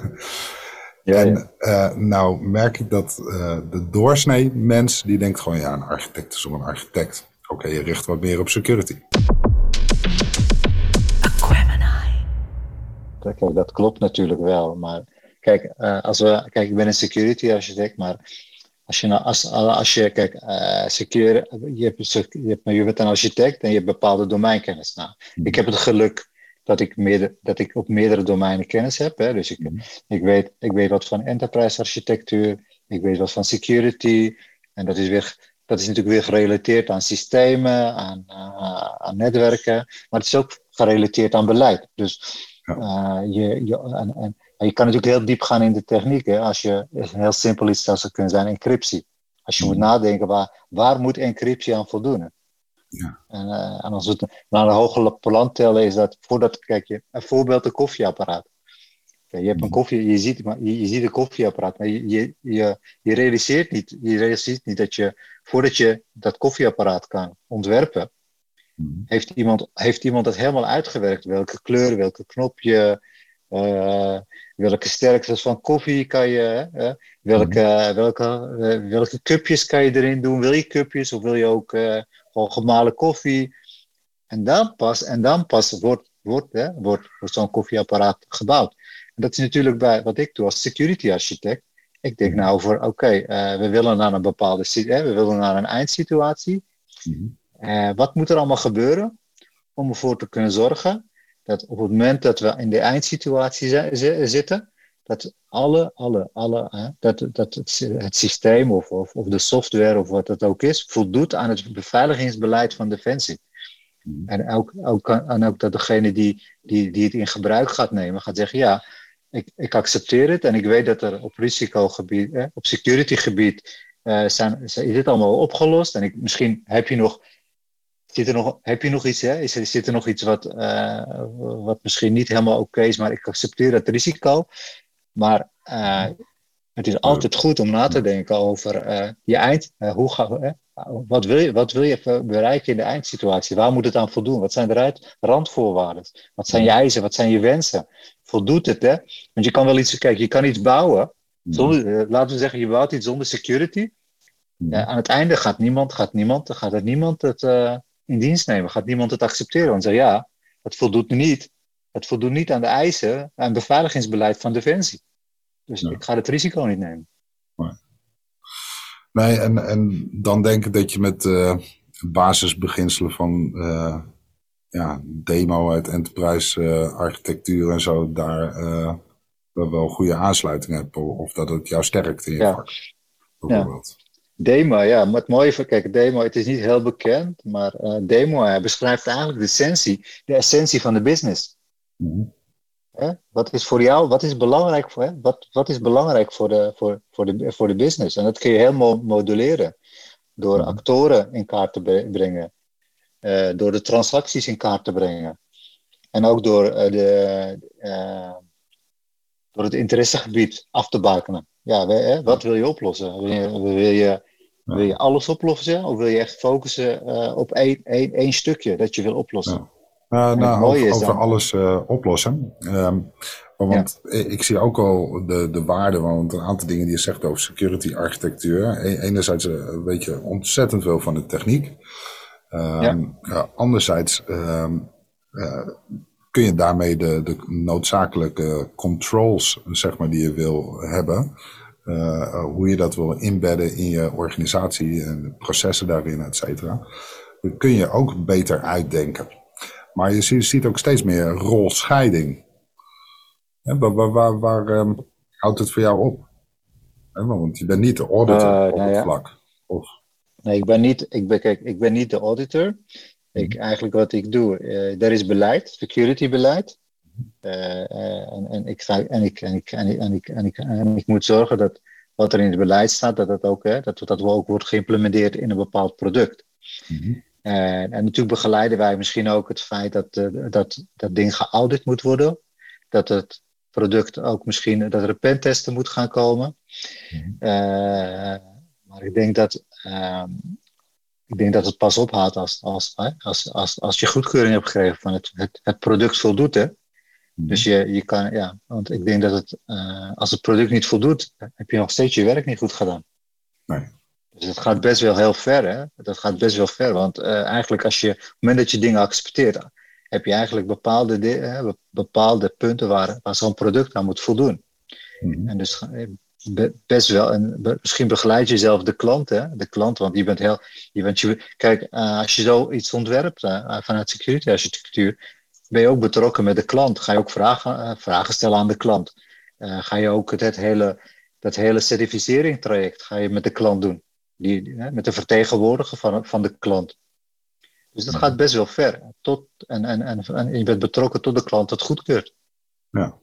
[SPEAKER 2] Ja, en ja. Uh, nou merk ik dat uh, de doorsnee mens, die denkt gewoon, ja, een architect is een architect. Oké, okay, je richt wat meer op security.
[SPEAKER 3] Kijk, dat klopt natuurlijk wel, maar kijk, uh, als we, kijk, ik ben een security architect, maar Als je, nou, als, als je kijk, uh, secure, je, hebt, je, hebt, je bent een architect en je hebt bepaalde domeinkennis. Nou, mm. Ik heb het geluk dat ik, meerder, dat ik op meerdere domeinen kennis heb. Hè? Dus ik, mm. ik, weet, ik weet wat van enterprise architectuur, ik weet wat van security. En dat is, weer, dat is natuurlijk weer gerelateerd aan systemen, aan, uh, aan netwerken. Maar het is ook gerelateerd aan beleid. Dus uh, je, je, en, en, je kan natuurlijk heel diep gaan in de techniek. Hè? Als je heel simpel iets als het kunnen zijn encryptie. Als je mm. moet nadenken, waar, waar moet encryptie aan voldoen? Ja. En, uh, en als we het naar een hoger plan tellen, is dat voordat, kijk je, een voorbeeld, een koffieapparaat. Ja, je hebt een koffie, je ziet, je, je ziet een koffieapparaat, maar je, je, je, je realiseert niet, je realiseert niet dat je, voordat je dat koffieapparaat kan ontwerpen, mm. heeft iemand, heeft iemand dat helemaal uitgewerkt. Welke kleur, welke knopje, uh, welke sterktes van koffie kan je, uh, welke, uh, welke, uh, welke cupjes kan je erin doen? Wil je cupjes of wil je ook uh, gewoon gemalen koffie? En dan pas, en dan pas wordt, wordt, hè, wordt, wordt zo'n koffieapparaat gebouwd. En dat is natuurlijk bij wat ik doe als security architect. Ik denk nou over, oké, okay, uh, we willen naar een bepaalde, eh, we willen naar een eindsituatie. Uh, wat moet er allemaal gebeuren om ervoor te kunnen zorgen dat op het moment dat we in de eindsituatie z- z- zitten, dat alle, alle, alle, hè, dat, dat het, het systeem of, of, of de software of wat het ook is, voldoet aan het beveiligingsbeleid van Defensie. Mm. En, ook, ook, en ook dat degene die, die, die het in gebruik gaat nemen, gaat zeggen, ja, ik, ik accepteer het en ik weet dat er op risicogebied, eh, op securitygebied, uh, zijn, is dit allemaal opgelost. En ik, misschien heb je nog, zit er nog, heb je nog iets, hè? Is er, zit er nog iets wat, uh, wat misschien niet helemaal oké is, maar ik accepteer dat risico. Maar uh, het is altijd goed om na te denken over uh, je eind, uh, hoe ga, uh, wat, wil je, wat wil je bereiken in de eindsituatie? Waar moet het aan voldoen? Wat zijn de randvoorwaarden? Wat zijn je eisen? Wat zijn je wensen? Voldoet het, hè? Want je kan wel iets, kijk, je kan iets bouwen, zonder, uh, laten we zeggen, je bouwt iets zonder security. Ja, aan het einde gaat niemand, gaat niemand, gaat het niemand het uh, in dienst nemen, gaat niemand het accepteren. Want zeggen, ja, het voldoet niet. Het voldoet niet aan de eisen, aan het beveiligingsbeleid van Defensie. Dus ja. Ik ga het risico niet nemen.
[SPEAKER 2] Nee, nee en, en dan denk ik dat je met uh, basisbeginselen van uh, ja, demo uit enterprise uh, architectuur en zo, daar uh, wel, wel goede aansluiting hebt. Of dat het jou sterkt in je
[SPEAKER 3] ja.
[SPEAKER 2] vak. Bijvoorbeeld.
[SPEAKER 3] Ja. Demo, ja, maar het mooie van, kijk, demo, het is niet heel bekend, maar uh, demo uh, beschrijft eigenlijk de essentie, de essentie van de business. Mm-hmm. Eh? Wat is voor jou, wat is belangrijk voor, hè? Wat, wat is belangrijk voor de, voor, voor, de, voor de business? En dat kun je helemaal moduleren door mm-hmm. actoren in kaart te brengen, uh, door de transacties in kaart te brengen en ook door, uh, de, uh, door het interessegebied af te bakenen. Ja, hè? Wat wil je oplossen? Wil je, wil je, wil je alles oplossen of wil je echt focussen uh, op één, één, één stukje dat je wil oplossen?
[SPEAKER 2] Ja. Uh, nou, over, over dan... alles uh, oplossen. Um, want ja. ik zie ook al de, de waarde, want een aantal dingen die je zegt over security architectuur. Enerzijds uh, weet je ontzettend veel van de techniek. Um, ja. uh, anderzijds um, uh, kun je daarmee de, de noodzakelijke controls, zeg maar, die je wil hebben. Uh, hoe je dat wil inbedden in je organisatie en de processen daarin, et cetera. Dat kun je ook beter uitdenken. Maar je ziet, ziet ook steeds meer rolscheiding. Hè, waar waar, waar, waar um, houdt het voor jou op? Hè, want je bent niet de auditor uh, op nou het ja. vlak. Of...
[SPEAKER 3] Nee, ik ben niet, ik ben, kijk, ik ben niet de auditor. Ik, eigenlijk wat ik doe, uh, er is beleid, security beleid. Uh, uh, en, en, ik ga, en, ik, en, ik, en, ik, en, ik, en, ik, en ik moet zorgen dat wat er in het beleid staat, dat dat ook, hè, dat, dat ook wordt geïmplementeerd in een bepaald product. Mm-hmm. Uh, en natuurlijk begeleiden wij misschien ook het feit dat uh, dat, dat ding geaudit moet worden. Dat het product ook misschien, dat er een pentesten moet gaan komen. Mm-hmm. Uh, maar ik denk dat, uh, ik denk dat het pas ophoudt als, als, als, als, als, als je goedkeuring hebt gekregen van het, het, het product voldoet. Hè? Mm-hmm. Dus je, je kan, ja, want ik denk dat het, uh, als het product niet voldoet, heb je nog steeds je werk niet goed gedaan.
[SPEAKER 2] Nee.
[SPEAKER 3] Dus het gaat best wel heel ver, hè? Dat gaat best wel ver, want uh, eigenlijk als je, op het moment dat je dingen accepteert, heb je eigenlijk bepaalde, de, uh, bepaalde punten waar, waar zo'n product aan moet voldoen. Mm-hmm. En dus best wel, en misschien begeleid je zelf de klant, hè? De klant, want je bent heel, je bent, je, kijk, uh, als je zoiets ontwerpt uh, vanuit security architectuur, ben je ook betrokken met de klant. Ga je ook vragen, uh, vragen stellen aan de klant. Uh, ga je ook het hele, dat hele certificering traject ga je met de klant doen. Die, die, uh, met de vertegenwoordiger van, van de klant. Dus dat gaat best wel ver. Tot, en, en, en, en je bent betrokken tot de klant het goedkeurt.
[SPEAKER 2] Ja.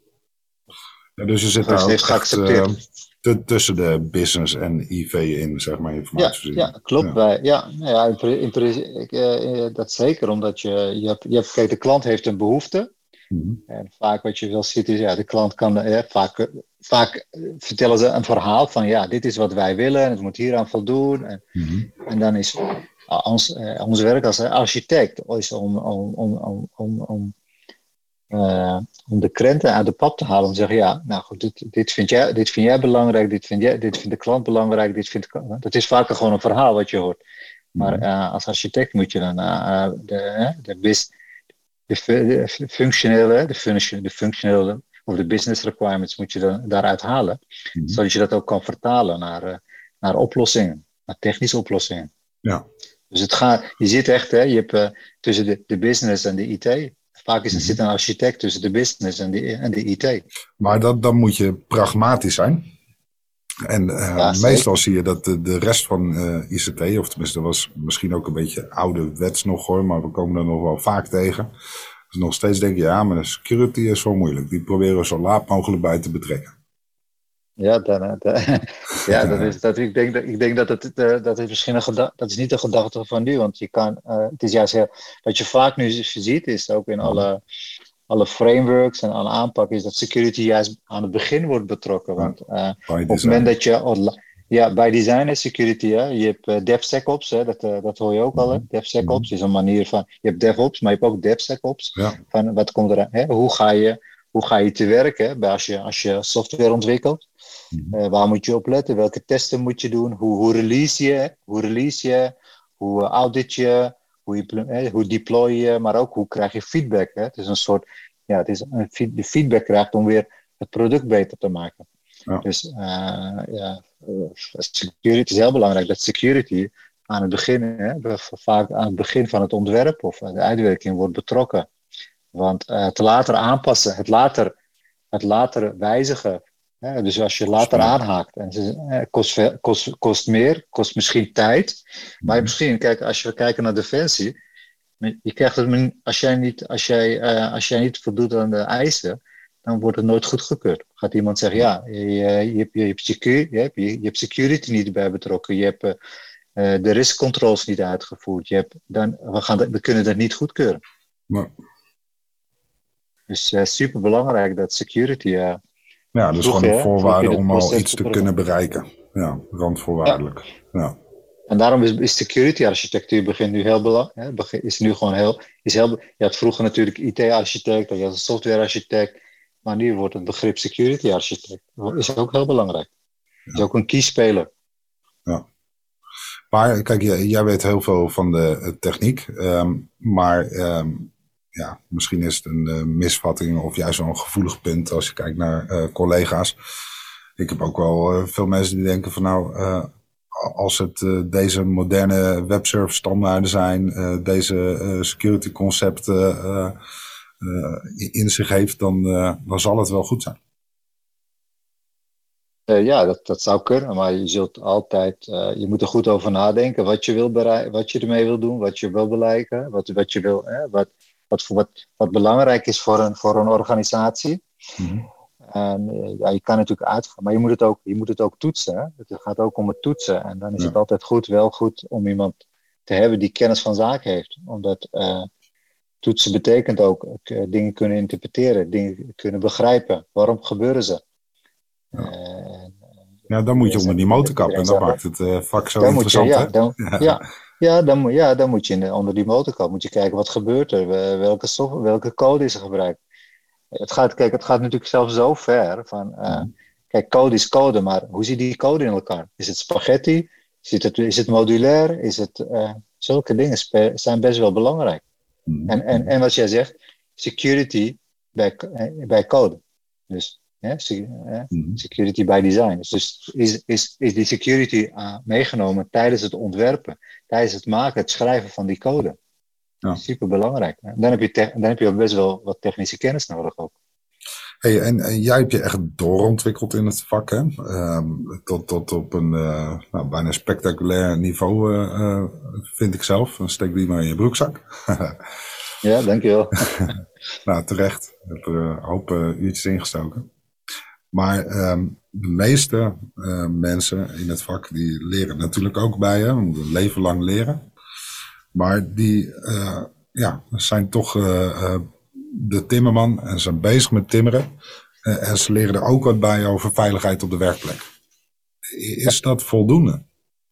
[SPEAKER 2] Ja, dus je zit daar ook echt, uh, t- tussen de business en I V in, zeg maar, informatie.
[SPEAKER 3] Ja, ja, klopt. Ja, bij, ja, ja in, in, in, uh, dat zeker, omdat je, je, hebt, je hebt, kijk, de klant heeft een behoefte. Mm-hmm. En vaak wat je wel ziet is, ja, de klant kan, ja, vaak, vaak vertellen ze een verhaal van, ja, dit is wat wij willen en het moet hieraan voldoen. En, mm-hmm. en dan is ons, uh, ons werk als architect is om, om, om, om, om, om Uh, om de krenten uit de pap te halen en zeggen, ja, nou goed, dit, dit, vind jij, dit vind jij belangrijk, dit vind, jij, dit vindt de klant belangrijk, dit vindt, dat is vaak gewoon een verhaal wat je hoort. Maar uh, als architect moet je dan uh, de, de, de, de, de functionele, de, function, de functionele of de business requirements moet je dan daaruit halen, mm-hmm. zodat je dat ook kan vertalen naar, uh, naar oplossingen, naar technische oplossingen.
[SPEAKER 2] Ja.
[SPEAKER 3] Dus het gaat, je zit echt, hè, je hebt uh, tussen de, de business en de I T. Vaak is er zit een architect tussen de business en de, en de I T.
[SPEAKER 2] Maar dat, dan moet je pragmatisch zijn. En uh, ja, meestal zie je dat de, de rest van uh, I C T, of tenminste dat was misschien ook een beetje ouderwets nog hoor, maar we komen er nog wel vaak tegen. Dus nog steeds denk je, ja, maar de security is wel moeilijk. Die proberen we zo laat mogelijk bij te betrekken.
[SPEAKER 3] Ja, dan, dan, ja dat is, dat, ik, denk, dat, ik denk dat het, dat is misschien een gedachte, dat is niet de gedachte van nu, want je kan, uh, het is juist heel, wat je vaak nu ziet, is ook in alle, alle frameworks en alle aanpakken, is dat security juist aan het begin wordt betrokken. Want uh, op het moment dat je, ja, bij design is security, hè, je hebt uh, DevSecOps, hè, dat, uh, dat hoor je ook al, hè. DevSecOps is een manier van, je hebt DevOps, maar je hebt ook DevSecOps.
[SPEAKER 2] Ja.
[SPEAKER 3] Van, wat komt er, hè, hoe ga je, hoe ga je te werken bij als je, als je software ontwikkelt? Uh, waar moet je op letten? Welke testen moet je doen? Hoe, hoe release je? Hoe release je? Hoe audit je? Hoe, je, eh, hoe deploy je? Maar ook hoe krijg je feedback? Hè? Het is een soort, ja, het is een feed, de feedback krijgt om weer het product beter te maken. Ja. Dus uh, ja, security is heel belangrijk. Dat security aan het begin, hè, vaak aan het begin van het ontwerp of de uitwerking wordt betrokken. Want uh, het later aanpassen, het later, het later wijzigen. Ja, dus als je later aanhaakt, en het kost, kost, kost meer, kost misschien tijd, maar mm-hmm. misschien, kijk, als we kijken naar defensie, je krijgt het, als jij niet, als jij, uh, als jij niet voldoet aan de eisen, dan wordt het nooit goedgekeurd. Gaat iemand zeggen, ja, je, je, je, hebt, je, hebt, security, je, hebt, je hebt security niet bij betrokken, je hebt uh, de risk controls niet uitgevoerd, je hebt, dan, we, gaan dat, we kunnen dat niet goedkeuren.
[SPEAKER 2] Maar...
[SPEAKER 3] Dus uh, super belangrijk dat security... Uh,
[SPEAKER 2] Ja, dus gewoon een voorwaarde om al iets te kunnen bereiken. Ja, randvoorwaardelijk. Ja. Ja.
[SPEAKER 3] En daarom is, is security architectuur begint nu heel belangrijk. Is nu gewoon heel, is heel. Je had vroeger natuurlijk I T-architect, je had een software-architect, maar nu wordt het begrip security architect. Is ook heel belangrijk. Ja. Is ook een kiespeler.
[SPEAKER 2] Ja. Maar kijk, jij, jij weet heel veel van de techniek, um, maar um, ja, misschien is het een uh, misvatting of juist wel een gevoelig punt als je kijkt naar uh, collega's. Ik heb ook wel uh, veel mensen die denken van nou, uh, als het uh, deze moderne webservice standaarden zijn, uh, deze uh, security concepten uh, uh, in zich heeft, dan, uh, dan zal het wel goed zijn.
[SPEAKER 3] Uh, ja, dat, dat zou kunnen, maar je zult altijd, uh, je moet er goed over nadenken wat je, wil berei- wat je ermee wil doen, wat je wil bereiken, wat, wat je wil, eh, wat, wat, wat, wat belangrijk is voor een, voor een organisatie. Mm-hmm. En uh, ja, je kan natuurlijk uitgaan, maar je moet het ook, je moet het ook toetsen. Hè? Het gaat ook om het toetsen en dan is ja. het altijd goed, wel goed om iemand te hebben die kennis van zaken heeft. Omdat uh, toetsen betekent ook uh, dingen kunnen interpreteren, dingen kunnen begrijpen. Waarom gebeuren ze?
[SPEAKER 2] Ja. Uh, ja, dan moet je onder die motor kappen en dat maakt het uh, vak zo interessant.
[SPEAKER 3] Je, ja,
[SPEAKER 2] hè?
[SPEAKER 3] Dan, ja. Ja, ja, dan, ja, dan moet je in, onder die motor kappen. Moet je kijken wat gebeurt er, welke, software, welke code is er gebruikt. Het gaat, kijk, het gaat natuurlijk zelfs zo ver van, uh, mm. kijk, code is code, maar hoe zit die code in elkaar? Is het spaghetti? Is het, is het modulair? Is het, uh, zulke dingen spe- zijn best wel belangrijk. Mm. En, en, en wat jij zegt, security bij, bij code. Dus hè, security by design. Dus is, is, is die security uh, meegenomen tijdens het ontwerpen, tijdens het maken, het schrijven van die code. Ja. Super belangrijk. Dan heb, je te, dan heb je ook best wel wat technische kennis nodig ook.
[SPEAKER 2] Hey, en, en jij hebt je echt doorontwikkeld in het vak, hè? Um, tot, tot op een uh, nou, bijna spectaculair niveau, uh, uh, vind ik zelf. Dan steek die maar in je broekzak.
[SPEAKER 3] Ja, dankjewel.
[SPEAKER 2] Nou, terecht. Ik heb er een hoop uh, uurtjes ingestoken. Maar um, de meeste uh, mensen in het vak, die leren natuurlijk ook bij je. We moeten een leven lang leren. Maar die uh, ja, zijn toch uh, uh, de timmerman en zijn bezig met timmeren. Uh, en ze leren er ook wat bij over veiligheid op de werkplek. Is dat voldoende?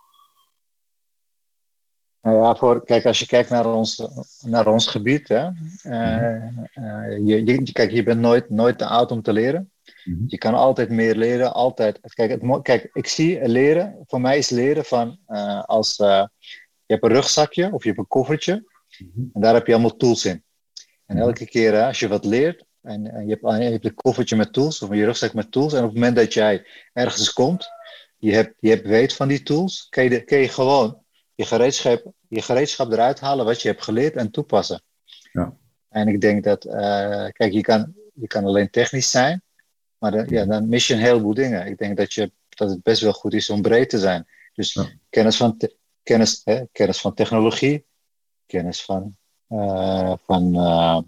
[SPEAKER 3] Nou ja, voor, kijk, als je kijkt naar ons, naar ons gebied, hè, uh, uh, je, je, kijk, je bent nooit, nooit te oud om te leren. Mm-hmm. Je kan altijd meer leren, altijd. Kijk, het, kijk, ik zie leren, voor mij is leren van uh, als uh, je hebt een rugzakje of je hebt een koffertje mm-hmm. en daar heb je allemaal tools in. En mm-hmm. elke keer uh, als je wat leert en, en je, hebt, je hebt een koffertje met tools of je rugzak met tools en op het moment dat jij ergens komt, je hebt, je hebt weet van die tools, kun je, kun je gewoon Je gereedschap, je gereedschap eruit halen wat je hebt geleerd en toepassen. Ja. En ik denk dat, uh, kijk, je kan, je kan alleen technisch zijn, maar de, ja, dan mis je een heleboel dingen. Ik denk dat, je, dat het best wel goed is om breed te zijn. Dus ja. kennis, van te, kennis, hè, kennis van technologie, kennis van, uh, van, uh,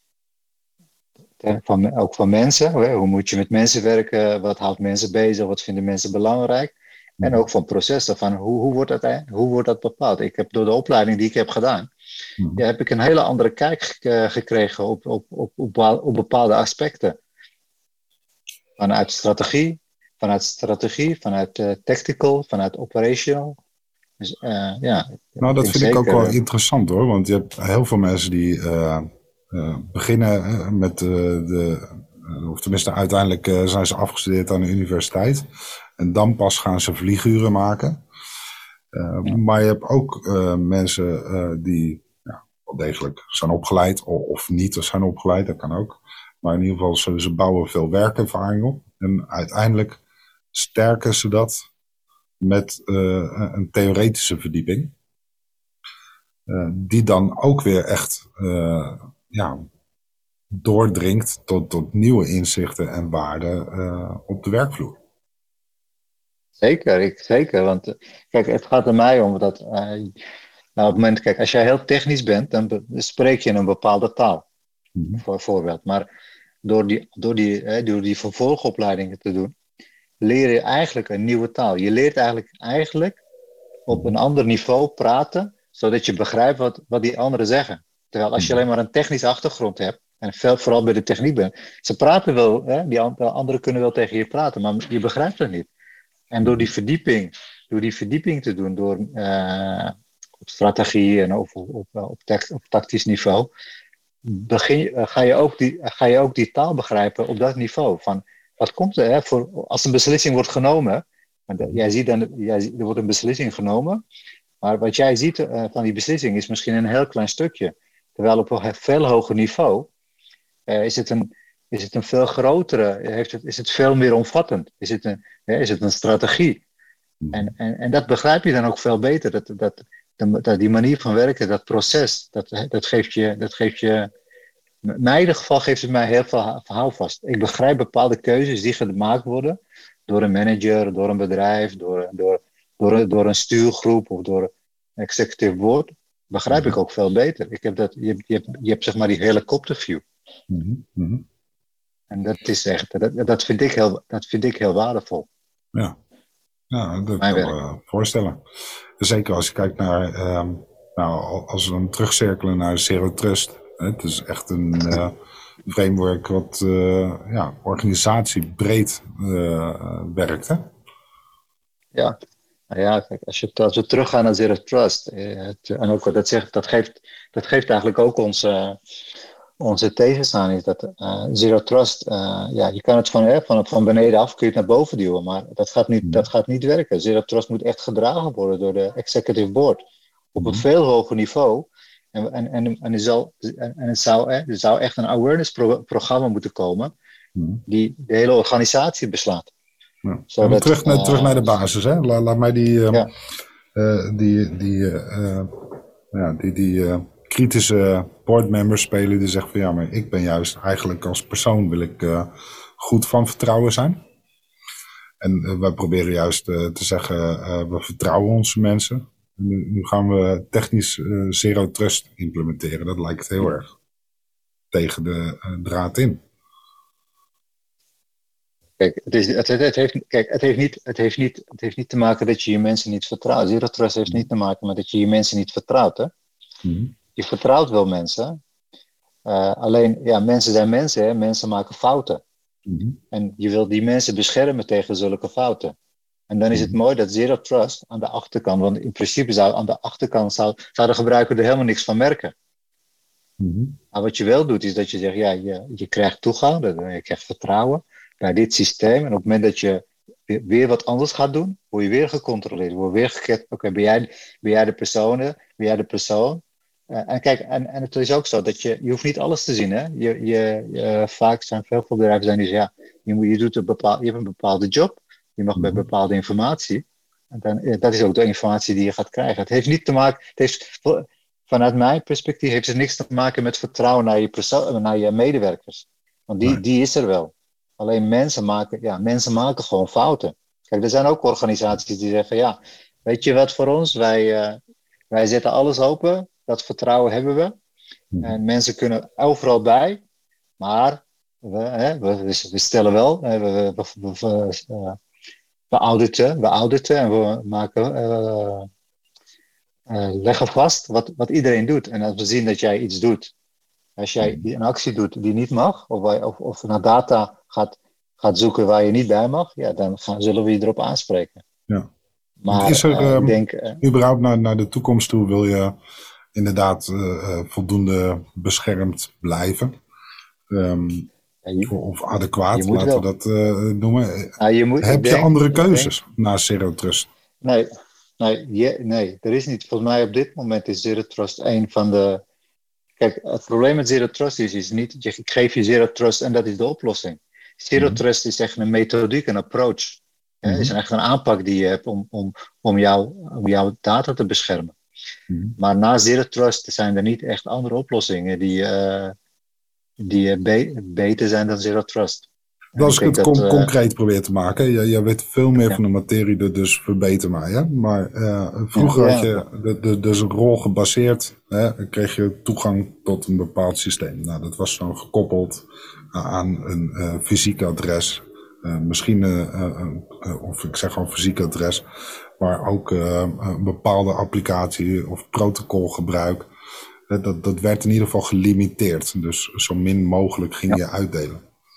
[SPEAKER 3] van, ook van mensen. Hè? Hoe moet je met mensen werken? Wat houdt mensen bezig? Wat vinden mensen belangrijk? En ook van processen, van hoe, hoe, wordt dat, hoe wordt dat bepaald? Ik heb door de opleiding die ik heb gedaan, mm-hmm. ja, heb ik een hele andere kijk uh, gekregen op, op, op, op, op bepaalde aspecten. Vanuit strategie, vanuit strategie, vanuit uh, tactical, vanuit operational. Dus, uh, ja,
[SPEAKER 2] nou, dat vind zeker, ik ook wel interessant hoor, want je hebt heel veel mensen die uh, uh, beginnen uh, met uh, de, uh, of tenminste uiteindelijk uh, zijn ze afgestudeerd aan de universiteit. En dan pas gaan ze vlieguren maken. Uh, ja. Maar je hebt ook uh, mensen uh, die ja, wel degelijk zijn opgeleid of, of niet zijn opgeleid, dat kan ook. Maar in ieder geval, ze, ze bouwen veel werkervaring op. En uiteindelijk sterken ze dat met uh, een theoretische verdieping. Uh, die dan ook weer echt uh, ja, doordringt tot, tot nieuwe inzichten en waarden uh, op de werkvloer.
[SPEAKER 3] Zeker, ik, zeker. Want kijk, het gaat er mij om dat. Uh, nou, op het moment, kijk, als jij heel technisch bent, dan be- spreek je een bepaalde taal. Mm-hmm. Voor voorbeeld. Maar door die, door, die, eh, door die vervolgopleidingen te doen, leer je eigenlijk een nieuwe taal. Je leert eigenlijk, eigenlijk op een ander niveau praten, zodat je begrijpt wat, wat die anderen zeggen. Terwijl als je alleen maar een technische achtergrond hebt, en veel, vooral bij de techniek bent, ze praten wel, hè, die anderen kunnen wel tegen je praten, maar je begrijpt het niet. En door die verdieping, door die verdieping te doen, door uh, op strategie en op, op, op, tect, op tactisch niveau, begin, uh, ga, je ook die, ga je ook die taal begrijpen op dat niveau. Van, wat komt er, hè, voor, als een beslissing wordt genomen, de, jij ziet dan, jij, er wordt een beslissing genomen, maar wat jij ziet uh, van die beslissing is misschien een heel klein stukje. Terwijl op een veel hoger niveau uh, is het een... Is het een veel grotere, heeft het, is het veel meer omvattend? Is het een, ja, is het een strategie? En, en, en dat begrijp je dan ook veel beter. Dat, dat, dat, die manier van werken, dat proces, dat, dat geeft je, dat geeft je... In mijn ieder geval geeft het mij heel veel houvast. Ik begrijp bepaalde keuzes die gemaakt worden door een manager, door een bedrijf, door, door, door, door een stuurgroep of door een executive board. Begrijp ik ook veel beter. Ik heb dat, je, hebt, je, hebt, je hebt zeg maar die helikopterview. Mm-hmm. En dat is echt, dat, dat, vind ik heel, dat vind ik heel waardevol.
[SPEAKER 2] Ja, ja dat kan ik me voorstellen. Zeker als je kijkt naar, um, nou, als we dan terugcirkelen naar Zero Trust. Hè, het is echt een uh, framework wat uh, ja, organisatiebreed uh, werkt. Hè?
[SPEAKER 3] Ja, nou ja, kijk, als, je, als we teruggaan naar Zero Trust. Eh, het, en ook dat zegt, dat geeft, dat geeft eigenlijk ook ons... Uh, Onze thesis aan is dat uh, Zero Trust, uh, ja, je kan het van, hè, van, van beneden af kun je het naar boven duwen, maar dat gaat, niet, dat gaat niet werken. Zero Trust moet echt gedragen worden door de executive board op een veel hoger niveau. En, en, en, en, er, zal, en het zou, hè, er zou echt een awareness pro- programma moeten komen mm. die de hele organisatie beslaat.
[SPEAKER 2] Ja. Zodat, terug, uh, terug naar de basis, hè? La, laat mij die, uh, ja. uh, die, die, uh, ja, die, die uh, kritische boardmembers spelen die zeggen van ja, maar ik ben juist eigenlijk als persoon wil ik uh, goed van vertrouwen zijn. En uh, wij proberen juist uh, te zeggen, uh, we vertrouwen onze mensen. Nu, nu gaan we technisch uh, zero trust implementeren. Dat lijkt heel erg tegen de uh, draad in.
[SPEAKER 3] Kijk, het, is, het, het, heeft, kijk het, heeft niet, het, heeft niet, het heeft niet te maken dat je je mensen niet vertrouwt. Zero trust heeft niet te maken met dat je je mensen niet vertrouwt. Hè? Mm-hmm. Je vertrouwt wel mensen. Uh, alleen, ja, mensen zijn mensen. Hè? Mensen maken fouten. Mm-hmm. En je wilt die mensen beschermen tegen zulke fouten. En dan is het mooi dat Zero Trust aan de achterkant, want in principe zou aan de achterkant zou, zou de gebruiker er helemaal niks van merken. Mm-hmm. Maar wat je wel doet is dat je zegt, ja, je, je krijgt toegang, je krijgt vertrouwen bij dit systeem. En op het moment dat je weer, weer wat anders gaat doen, word je weer gecontroleerd. Word je weer gekeken, oké, okay, ben, jij, ben jij de persoon? Ben jij de persoon? Uh, en kijk, en, en het is ook zo dat je, je hoeft niet alles te zien. Hè? Je, je, je, vaak zijn veel bedrijven zijn die zeggen, ja, je, moet, je, doet een bepaal, je hebt een bepaalde job. Je mag bij bepaalde informatie. En dan, ja, dat is ook de informatie die je gaat krijgen. Het heeft niet te maken. Het heeft, vanuit mijn perspectief heeft het niks te maken met vertrouwen naar je, perso- naar je medewerkers. Want die, die is er wel. Alleen mensen maken, ja, mensen maken gewoon fouten. Kijk, er zijn ook organisaties die zeggen: ja, weet je wat voor ons? Wij, uh, wij zetten alles open. Dat vertrouwen hebben we. En mensen kunnen overal bij. Maar we, hè, we, we stellen wel. We, we, we, we, uh, We auditen, we auditen en we maken, uh, uh, leggen vast wat, wat iedereen doet. En als we zien dat jij iets doet, als jij een actie doet die niet mag, of, wij, of, of naar data gaat, gaat zoeken waar je niet bij mag, ja, dan gaan, zullen we je erop aanspreken.
[SPEAKER 2] Ja.
[SPEAKER 3] Maar
[SPEAKER 2] is er
[SPEAKER 3] uh,
[SPEAKER 2] um,
[SPEAKER 3] ik denk, uh,
[SPEAKER 2] überhaupt naar, naar de toekomst toe wil je inderdaad uh, voldoende beschermd blijven? Um, Je, of adequaat, laten wel. we dat uh, noemen. Nou, je moet, Heb je denk, andere keuzes denk, na Zero Trust?
[SPEAKER 3] Nee, nee, je, nee, er is niet. Volgens mij op dit moment is Zero Trust een van de... Kijk, het probleem met Zero Trust is, is niet... Ik geef je Zero Trust en dat is de oplossing. Zero mm-hmm. Trust is echt een methodiek, een approach. Het mm-hmm. is echt een aanpak die je hebt om, om, om, jou, om jouw data te beschermen. Mm-hmm. Maar na Zero Trust zijn er niet echt andere oplossingen die... Uh, die be- beter zijn dan Zero Trust.
[SPEAKER 2] En als ik, ik het dat, con- uh, concreet probeer te maken, je, je weet veel meer ja. van de materie, dus verbeter mij. Hè? Maar uh, vroeger ja, ja. had je de, de, dus een rol gebaseerd, hè, kreeg je toegang tot een bepaald systeem. Nou, dat was dan gekoppeld uh, aan een uh, fysiek adres. Uh, misschien, uh, uh, uh, of ik zeg gewoon fysiek adres, maar ook uh, een bepaalde applicatie of protocolgebruik. Dat, dat werd in ieder geval gelimiteerd. Dus zo min mogelijk ging ja. je uitdelen.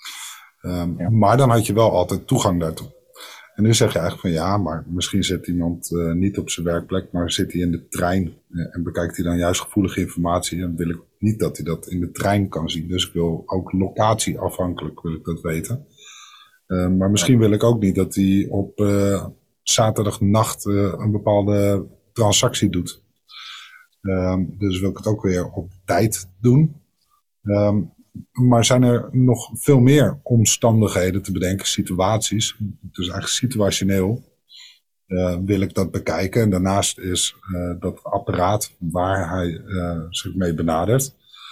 [SPEAKER 2] Um, ja. Maar dan had je wel altijd toegang daartoe. En nu zeg je eigenlijk van ja, maar misschien zit iemand uh, niet op zijn werkplek, maar zit hij in de trein uh, en bekijkt hij dan juist gevoelige informatie. En wil ik niet dat hij dat in de trein kan zien. Dus ik wil ook locatieafhankelijk wil ik dat weten. Uh, maar misschien wil ik ook niet dat hij op uh, zaterdagnacht uh, een bepaalde transactie doet. Um, dus wil ik het ook weer op tijd doen. Um, maar zijn er nog veel meer omstandigheden te bedenken, situaties. Dus eigenlijk situationeel uh, wil ik dat bekijken. En daarnaast is uh, dat apparaat waar hij uh, zich mee benadert,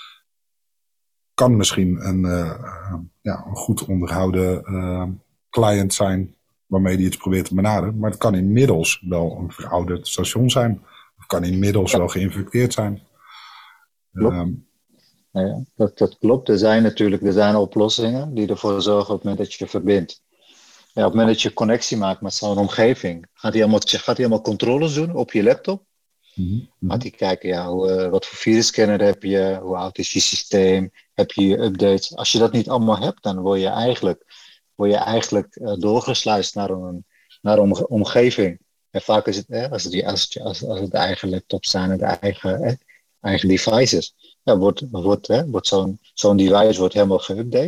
[SPEAKER 2] kan misschien een, uh, uh, ja, een goed onderhouden uh, client zijn waarmee hij iets probeert te benaderen. Maar het kan inmiddels wel een verouderd station zijn. Of kan inmiddels ja. wel geïnfecteerd zijn.
[SPEAKER 3] Klopt. Um, ja, dat, dat klopt. Er zijn natuurlijk er zijn oplossingen die ervoor zorgen op het moment dat je je verbindt. Ja, op het moment dat je connectie maakt met zo'n omgeving, gaat hij allemaal, gaat hij allemaal controles doen op je laptop. Mm-hmm. Gaat hij kijken, ja, hoe, uh, wat voor virusscanner heb je, hoe oud is je systeem, heb je je updates. Als je dat niet allemaal hebt, dan word je eigenlijk, word je eigenlijk uh, doorgesluist naar een, naar een omge- omgeving. En vaak is het, hè, als, het als, als, als het de eigen laptops zijn en de eigen, hè, eigen devices, ja, wordt, wordt, hè, wordt zo'n, zo'n device wordt helemaal geüpdate.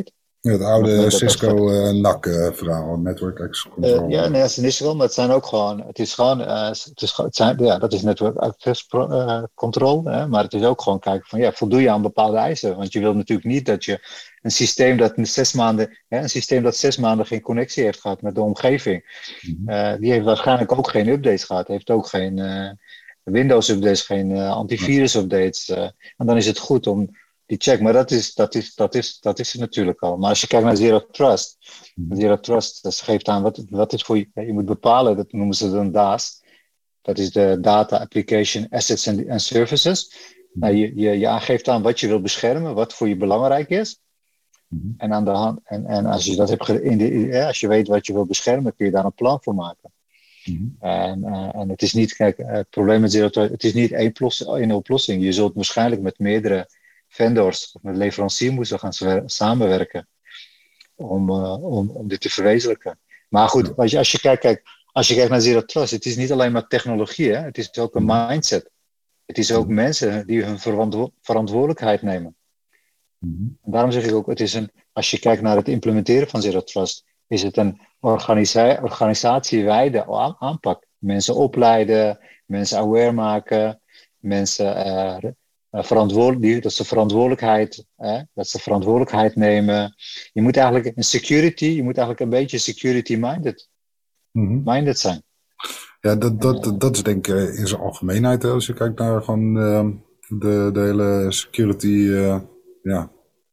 [SPEAKER 2] Ja, het oude Cisco uh, N A C-verhaal, Network Access Control.
[SPEAKER 3] Uh, ja, nee, dat is niet zo, maar het zijn ook gewoon, het is gewoon, uh, het is, het zijn, ja, dat is Network Access uh, Control, hè, maar het is ook gewoon kijken van, ja, voldoe je aan bepaalde eisen? Want je wilt natuurlijk niet dat je een systeem dat zes maanden, hè, een systeem dat zes maanden geen connectie heeft gehad met de omgeving, mm-hmm. uh, die heeft waarschijnlijk ook geen updates gehad, heeft ook geen uh, Windows-updates, geen uh, antivirus-updates, uh, en dan is het goed om die check, maar dat is, dat, is, dat, is, dat is het natuurlijk al. Maar als je kijkt naar Zero Trust, mm-hmm. Zero Trust dat geeft aan wat, wat is voor je, je moet bepalen, dat noemen ze dan D A S, dat is de Data Application Assets and, and Services. Mm-hmm. Nou, je, je, je geeft aan wat je wil beschermen, wat voor je belangrijk is. Mm-hmm. En, aan de hand, en, en als je dat hebt in de, ja, als je weet wat je wil beschermen, kun je daar een plan voor maken. Mm-hmm. En, uh, en het is niet, kijk, het probleem met Zero Trust, het is niet één, plus, één oplossing. Je zult waarschijnlijk met meerdere vendors of met leveranciers moeten gaan zwer- samenwerken om, uh, om, om dit te verwezenlijken. Maar goed, als je, als je, kijkt, kijk, als je kijkt naar Zero Trust, het is niet alleen maar technologie, hè? Het is ook een mindset. Het is ook mensen die hun verantwo- verantwoordelijkheid nemen. Mm-hmm. En daarom zeg ik ook, het is een, als je kijkt naar het implementeren van Zero Trust, is het een organisa- organisatiewijde aanpak. Mensen opleiden, mensen aware maken, mensen uh, verantwoordelijk, dat ze verantwoordelijkheid, hè, dat ze verantwoordelijkheid nemen. Je moet eigenlijk een security, je moet eigenlijk een beetje security-minded mm-hmm. minded zijn.
[SPEAKER 2] Ja, dat, dat, dat is denk ik in zijn algemeenheid, hè, als je kijkt naar gewoon, uh, de, de hele security, uh, ja,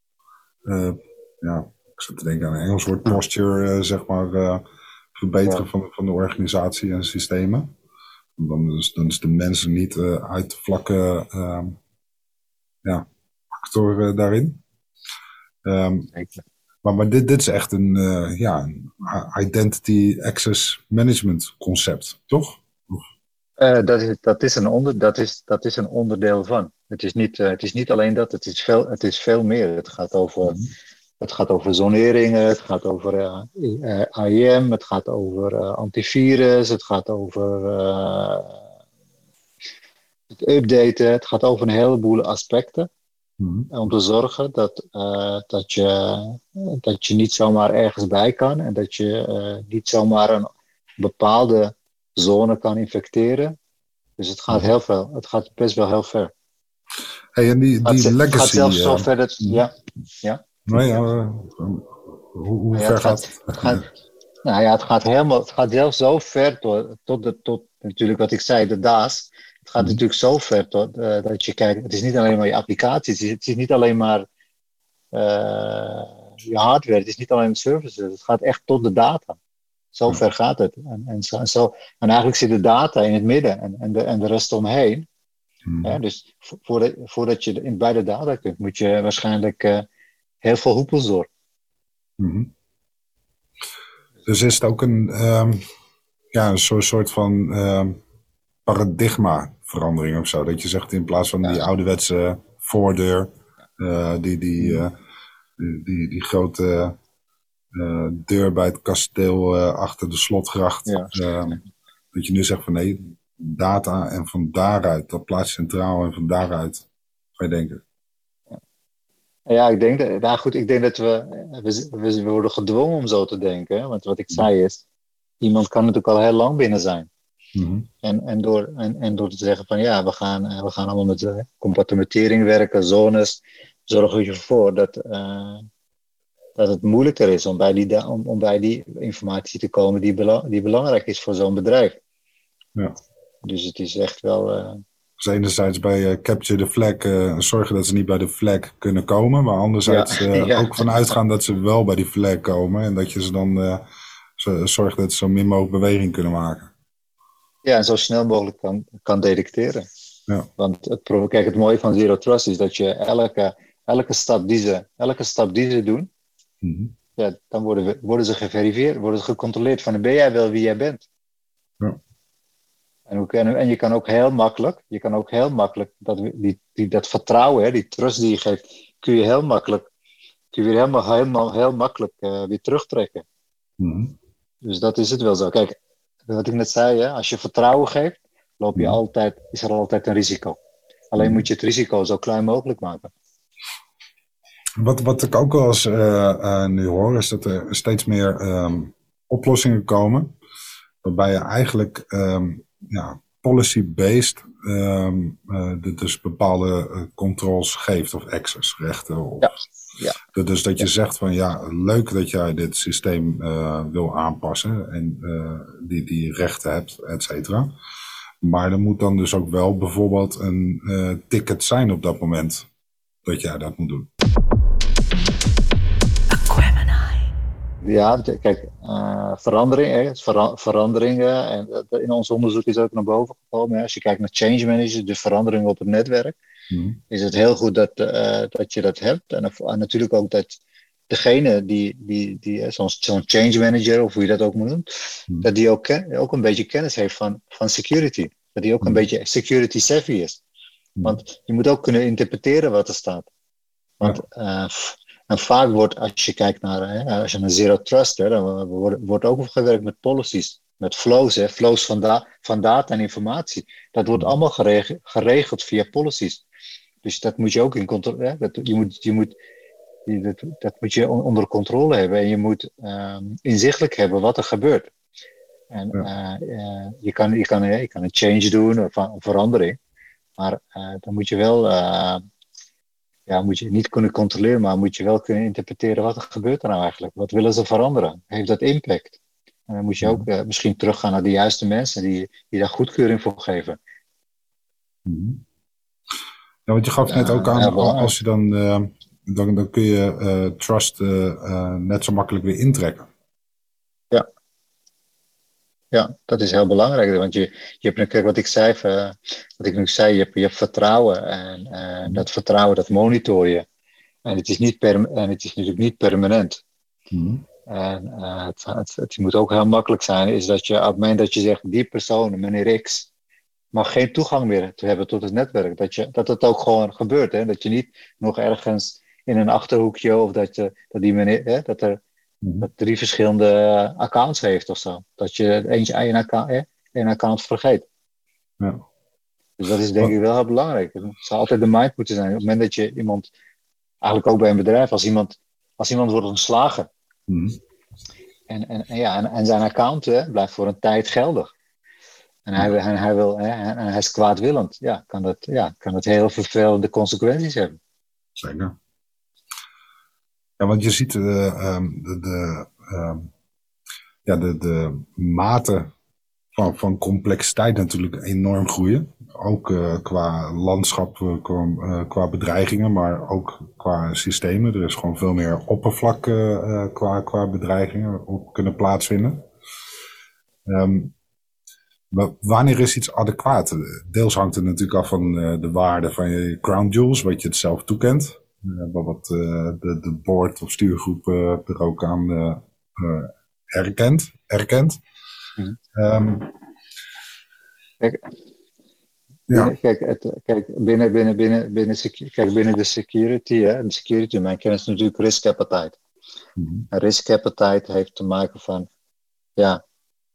[SPEAKER 2] uh, ja, ik zit te denken aan een Engels woord, posture, uh, zeg maar, uh, verbeteren ja. van, van de organisatie en systemen. Dan is, dan is de mensen niet uh, uit te vlakken, uh, ja, factor uh, daarin. Um, maar maar dit, dit is echt een, uh, ja, een identity access management concept, toch?
[SPEAKER 3] Uh, dat, is, dat, is een onder, dat, is, dat is een onderdeel van. Het is niet, uh, het is niet alleen dat, het is veel, het is veel meer. Het gaat over, mm-hmm. het gaat over zoneringen, het gaat over uh, uh, A I M, het gaat over uh, antivirus, het gaat over uh, het updaten, het gaat over een heleboel aspecten. Mm-hmm. Om te zorgen dat, uh, dat, je, dat je niet zomaar ergens bij kan en dat je uh, niet zomaar een bepaalde zone kan infecteren. Dus het gaat heel veel. Het gaat best wel heel ver.
[SPEAKER 2] Hey, en die, die
[SPEAKER 3] het
[SPEAKER 2] legacy...
[SPEAKER 3] Het gaat zelfs zo ver dat... Ja. Ja.
[SPEAKER 2] Nou ja, uh, hoe, hoe ja, ver het gaat het?
[SPEAKER 3] Het gaat, nou ja, het gaat helemaal... Het gaat zelfs zo ver tot, tot, de, tot natuurlijk wat ik zei, de D A S. Het gaat mm. natuurlijk zo ver tot, uh, dat je kijkt... Het is niet alleen maar je applicaties. Het is, het is niet alleen maar uh, je hardware. Het is niet alleen de services. Het gaat echt tot de data. Zo ver gaat het. En, en, zo, en, zo, en eigenlijk zit de data in het midden en, en, de, en de rest omheen. Hmm. Ja, dus voordat, voordat je in, bij de data kunt, moet je waarschijnlijk uh, heel veel hoepels door.
[SPEAKER 2] Hmm. Dus is het ook een, um, ja, een soort, soort van um, paradigmaverandering of zo? Dat je zegt in plaats van ja. die ouderwetse voordeur, uh, die, die, uh, die, die, die grote... Uh, deur bij het kasteel uh, achter de slotgracht. Ja. Uh, dat je nu zegt van nee, data en van daaruit, dat plaats centraal en van daaruit ga je denken.
[SPEAKER 3] Ja, ja ik denk dat, nou goed, ik denk dat we, we, we worden gedwongen om zo te denken. Hè? Want wat ik zei is, iemand kan natuurlijk al heel lang binnen zijn. Mm-hmm. En, en, door, en, en door te zeggen van ja, we gaan, we gaan allemaal met uh, compartimentering werken, zones, zorgen we ervoor dat... Uh, dat het moeilijker is om bij die, om, om bij die informatie te komen die, bela- die belangrijk is voor zo'n bedrijf.
[SPEAKER 2] Ja.
[SPEAKER 3] Dus het is echt wel... Uh...
[SPEAKER 2] Dus enerzijds bij uh, Capture the Flag uh, zorgen dat ze niet bij de flag kunnen komen, maar anderzijds ja. Uh, ja. ook vanuit gaan dat ze wel bij die flag komen en dat je ze dan uh, zorgt dat ze zo min mogelijk beweging kunnen maken.
[SPEAKER 3] Ja, en zo snel mogelijk kan, kan detecteren. Ja. Want het, kijk, het mooie van Zero Trust is dat je elke, elke, stap, die ze, elke stap die ze doen, Mm-hmm. ja, dan worden, we, worden ze geverifieerd, worden ze gecontroleerd van ben jij wel wie jij bent. Ja. En, ook, en, en je kan ook heel makkelijk, je kan ook heel makkelijk dat, die, die, dat vertrouwen, hè, die trust die je geeft, kun je heel makkelijk, kun je weer helemaal, helemaal heel makkelijk uh, weer terugtrekken. Mm-hmm. Dus dat is het wel zo. Kijk, wat ik net zei, hè, als je vertrouwen geeft, loop je mm-hmm. altijd, is er altijd een risico. Alleen mm-hmm. moet je het risico zo klein mogelijk maken.
[SPEAKER 2] Wat, wat ik ook wel eens uh, uh, nu hoor, is dat er steeds meer um, oplossingen komen. Waarbij je eigenlijk um, ja, policy-based um, uh, dus bepaalde uh, controls geeft of access, rechten. Of,
[SPEAKER 3] ja. Ja.
[SPEAKER 2] Dus dat je ja. zegt van ja, leuk dat jij dit systeem uh, wil aanpassen en uh, die, die rechten hebt, et cetera. Maar er moet dan dus ook wel bijvoorbeeld een uh, ticket zijn op dat moment dat jij dat moet doen.
[SPEAKER 3] Ja, kijk, uh, verandering, ver, veranderingen, en in ons onderzoek is ook naar boven gekomen. Hè. Als je kijkt naar change managers, de veranderingen op het netwerk, mm. is het heel goed dat, uh, dat je dat hebt. En, en natuurlijk ook dat degene die, die, die zo'n, zo'n change manager, of hoe je dat ook moet noemen, mm. dat die ook, ken, ook een beetje kennis heeft van, van security. Dat die ook mm. een beetje security savvy is. Mm. Want je moet ook kunnen interpreteren wat er staat. Want uh, en vaak wordt, als je kijkt naar, hè, als je naar Zero Trust, hè, dan wordt, wordt ook gewerkt met policies, met flows, hè, flows van, da, van data en informatie. Dat wordt allemaal geregeld, geregeld via policies. Dus dat moet je ook in controle, dat, je moet, je moet, je, dat, dat moet je onder controle hebben en je moet um, inzichtelijk hebben wat er gebeurt. En ja. uh, uh, je, kan, je, kan, je kan een change doen of een verandering, maar uh, dan moet je wel... Uh, Ja, moet je niet kunnen controleren, maar moet je wel kunnen interpreteren wat er gebeurt er nou eigenlijk. Wat willen ze veranderen? Heeft dat impact? En dan moet je ook uh, misschien teruggaan naar de juiste mensen die, die daar goedkeuring voor geven.
[SPEAKER 2] Mm-hmm. Ja, want je gaf ja, net ook aan, ja, als je dan, uh, dan, dan kun je uh, trust uh, uh, net zo makkelijk weer intrekken.
[SPEAKER 3] Ja. Ja, dat is heel belangrijk, want je, je hebt, kijk wat ik zei, uh, wat ik nu zei, je hebt, je hebt vertrouwen en uh, mm. dat vertrouwen dat monitor je. En het is, niet per, en het is natuurlijk niet permanent. Mm. En uh, het, het, het moet ook heel makkelijk zijn, is dat je op het moment dat je zegt, die persoon, meneer X, mag geen toegang meer te hebben tot het netwerk. Dat, je, dat het ook gewoon gebeurt, hè? Dat je niet nog ergens in een achterhoekje of dat, je, dat die meneer, hè, dat er dat drie verschillende accounts heeft of zo. Dat je eentje één account, één account vergeet.
[SPEAKER 2] Ja.
[SPEAKER 3] Dus dat is denk ik wel heel belangrijk. Het zou altijd de mind moeten zijn. Op het moment dat je iemand, eigenlijk ook bij een bedrijf, als iemand, als iemand wordt ontslagen. Mm. En, en, en, ja, en, en zijn account hè, blijft voor een tijd geldig. En hij, en hij, wil, hè, en hij is kwaadwillend. Ja, kan dat, ja, kan dat heel vervelende consequenties hebben.
[SPEAKER 2] Zeker. Ja, want je ziet uh, um, de, de, uh, ja, de, de mate van, van complexiteit natuurlijk enorm groeien. Ook uh, qua landschap, qua, uh, qua bedreigingen, maar ook qua systemen. Er is gewoon veel meer oppervlak uh, qua, qua bedreigingen op kunnen plaatsvinden. Um, maar wanneer is iets adequaat? Deels hangt het natuurlijk af van uh, de waarde van je crown jewels, wat je het zelf toekent. Uh, wat uh, de, de board of stuurgroep uh, er ook aan uh, uh, herkent. herkent.
[SPEAKER 3] Mm.
[SPEAKER 2] Um,
[SPEAKER 3] kijk, ja. binnen, kijk, het, kijk, binnen, binnen, binnen, binnen, secu- kijk, binnen de security, hè, de security, mijn kennis is natuurlijk risk appetite. Mm. En risk appetite heeft te maken van, ja,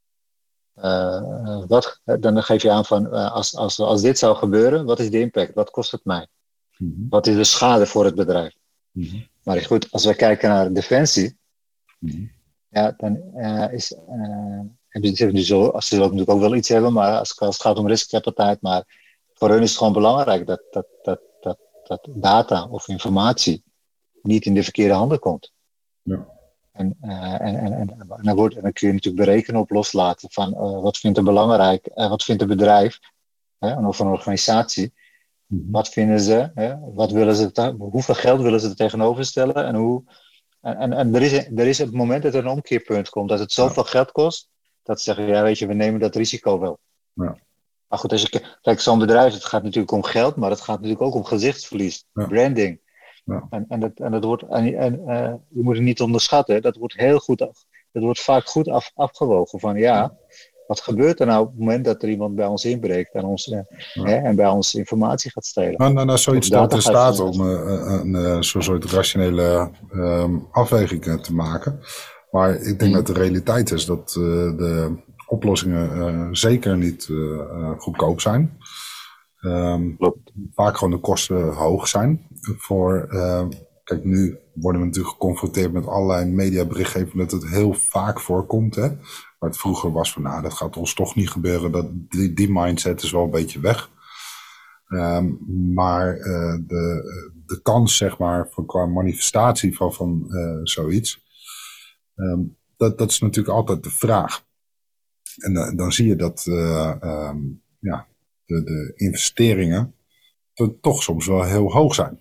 [SPEAKER 3] uh, wat, dan geef je aan van, uh, als, als, als dit zou gebeuren, wat is de impact? Wat kost het mij? Mm-hmm. Wat is de schade voor het bedrijf? Mm-hmm. Maar goed, als we kijken naar defensie, mm-hmm. ja, dan uh, is, uh, hebben ze nu zo, als ze natuurlijk ook wel iets hebben, maar als, als het gaat om risk appetite, maar voor hun is het gewoon belangrijk dat, dat, dat, dat, dat data of informatie niet in de verkeerde handen komt.
[SPEAKER 2] Ja.
[SPEAKER 3] En, uh, en, en, en, en, dan wordt, en dan kun je natuurlijk berekenen op loslaten van uh, wat vindt er belangrijk, uh, wat vindt een bedrijf, hè, of een organisatie. Wat vinden ze? Hè? Wat willen ze te, hoeveel geld willen ze er tegenover stellen? En, hoe, en, en, en er, is, er is het moment dat er een omkeerpunt komt, dat het zoveel ja. geld kost, dat ze zeggen, ja weet je, we nemen dat risico wel.
[SPEAKER 2] Ja.
[SPEAKER 3] Maar goed, als je kijkt, zo'n bedrijf, het gaat natuurlijk om geld, maar het gaat natuurlijk ook om gezichtsverlies, ja. branding.
[SPEAKER 2] Ja.
[SPEAKER 3] En, en, dat, en dat wordt, en, en uh, je moet het niet onderschatten, dat wordt heel goed, af, dat wordt vaak goed af, afgewogen van ja, ja. Wat gebeurt er nou op het moment dat er iemand bij ons inbreekt en, ons, uh, ja. hè, en bij ons informatie gaat stelen?
[SPEAKER 2] Nou, nou, nou zoiets stelt in staat om uh, een, een zo'n soort rationele um, afweging te maken. Maar ik denk hmm. dat de realiteit is dat uh, de oplossingen uh, zeker niet uh, uh, goedkoop zijn. Um, vaak gewoon de kosten hoog zijn voor uh, kijk, nu worden we natuurlijk geconfronteerd met allerlei mediaberichtgeving dat het heel vaak voorkomt. Hè? Maar het vroeger was van, nou, dat gaat ons toch niet gebeuren. Dat, die, die mindset is wel een beetje weg. Um, maar uh, de, de kans, zeg maar, van, qua manifestatie van, van uh, zoiets, um, dat, dat is natuurlijk altijd de vraag. En uh, dan zie je dat uh, um, ja, de, de investeringen toch soms wel heel hoog zijn.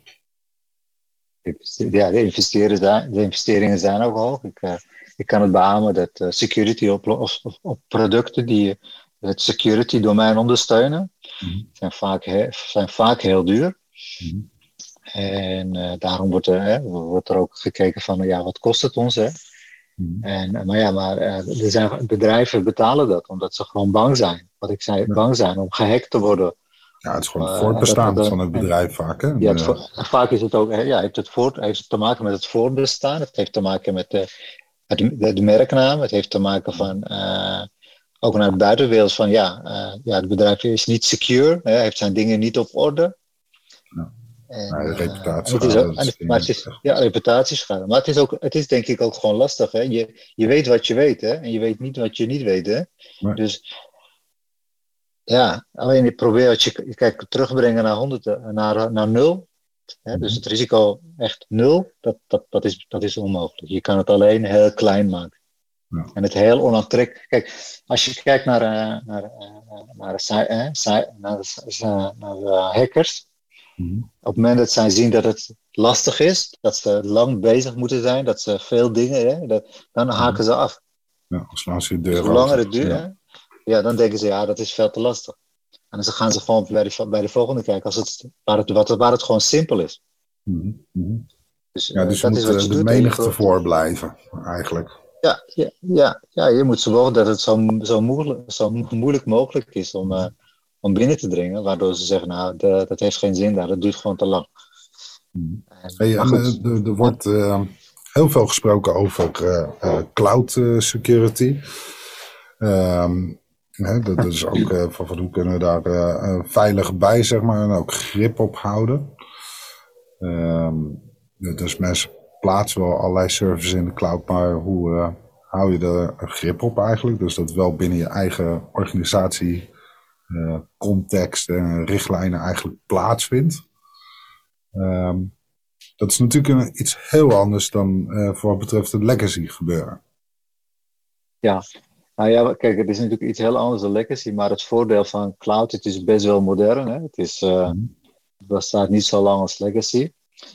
[SPEAKER 3] Ja, de, investeringen zijn, de investeringen zijn ook hoog. Ik, uh, ik kan het beamen dat uh, security op, op, op producten die het security domein ondersteunen, mm-hmm. zijn, vaak he, zijn vaak heel duur. Mm-hmm. En uh, daarom wordt er, hè, wordt er ook gekeken van, ja, wat kost het ons? Hè? Mm-hmm. En, maar ja, maar uh, er zijn, bedrijven betalen dat omdat ze gewoon bang zijn. Wat ik zei, ja. bang zijn om gehackt te worden.
[SPEAKER 2] Ja, het is gewoon het voortbestaan uh, dat, dat, van het bedrijf en, vaak. Hè?
[SPEAKER 3] Ja, het voor, vaak is het ook, ja, heeft het, voort, heeft te maken met het voortbestaan. Het heeft te maken met de, de, de merknaam. Het heeft te maken van, uh, ook naar de buitenwereld van, ja, uh, ja, het bedrijf is niet secure. Hè, heeft zijn dingen niet op orde.
[SPEAKER 2] Ja. En, ja, reputatie.
[SPEAKER 3] Uh, het is ook, en het, maar het is, ja, reputatieschade. Maar het is, ook, het is denk ik ook gewoon lastig. Hè? Je, je weet wat je weet, hè? En je weet niet wat je niet weet. Hè? Nee. Dus ja, alleen je probeert als je kijk, terugbrengen naar honderd, naar, naar nul. Hè? Mm-hmm. Dus het risico echt nul, dat, dat, dat, is, dat is onmogelijk. Je kan het alleen heel klein maken. Ja. En het heel onaantrekkelijk. Kijk, als je kijkt naar, uh, naar, uh, naar, uh, naar, naar, naar uh, hackers. Mm-hmm. Op het moment dat zij zien dat het lastig is, dat ze lang bezig moeten zijn, dat ze veel dingen, hè, dat, dan haken ze af.
[SPEAKER 2] Ja, als je de deur
[SPEAKER 3] dus hoe langer het duurt, ja. ja, dan denken ze, ja, dat is veel te lastig. En dan gaan ze gewoon bij de, bij de volgende kijken, als het, waar, het, wat, waar het gewoon simpel is.
[SPEAKER 2] Mm-hmm. Dus, ja, dus uh, dat je moet is wat je de doet, menigte voorblijven, eigenlijk.
[SPEAKER 3] Ja, ja, ja, ja, je moet zorgen dat het zo, zo, moeilijk, zo moeilijk mogelijk is om... Uh, om binnen te dringen, waardoor ze zeggen, nou, de, dat heeft geen zin daar, dat duurt gewoon te lang.
[SPEAKER 2] Hey, en, er, er wordt uh, heel veel gesproken over uh, uh, cloud uh, security. Um, hè, dat is ook uh, van, van hoe kunnen we daar uh, veilig bij, zeg maar, en ook grip op houden. Um, dus mensen plaatsen wel allerlei services in de cloud, maar hoe uh, hou je er grip op eigenlijk? Dus dat wel binnen je eigen organisatie Uh, context en richtlijnen eigenlijk plaatsvindt. Um, dat is natuurlijk een, iets heel anders dan uh, voor wat betreft het legacy gebeuren.
[SPEAKER 3] Ja, nou ja, kijk, het is natuurlijk iets heel anders dan legacy, maar het voordeel van cloud, het is best wel modern. Hè? Het is, uh, mm-hmm. het bestaat niet zo lang als legacy.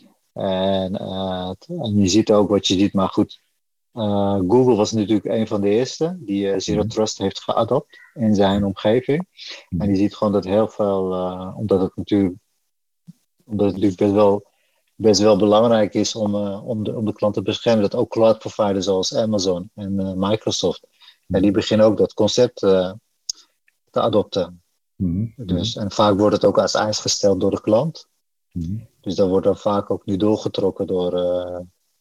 [SPEAKER 3] En, uh, en je ziet ook wat je ziet, maar goed. Uh, Google was natuurlijk een van de eerste die uh, Zero Trust heeft geadopt in zijn omgeving. En je ziet gewoon dat heel veel, uh, omdat het natuurlijk, omdat het natuurlijk best, wel, best wel belangrijk is om, uh, om, de, om de klant te beschermen, dat ook cloud providers zoals Amazon en uh, Microsoft, ja, die beginnen ook dat concept uh, te adopten. Mm-hmm. Dus, en vaak wordt het ook als eis gesteld door de klant. Mm-hmm. Dus dat wordt dan vaak ook nu doorgetrokken door, uh,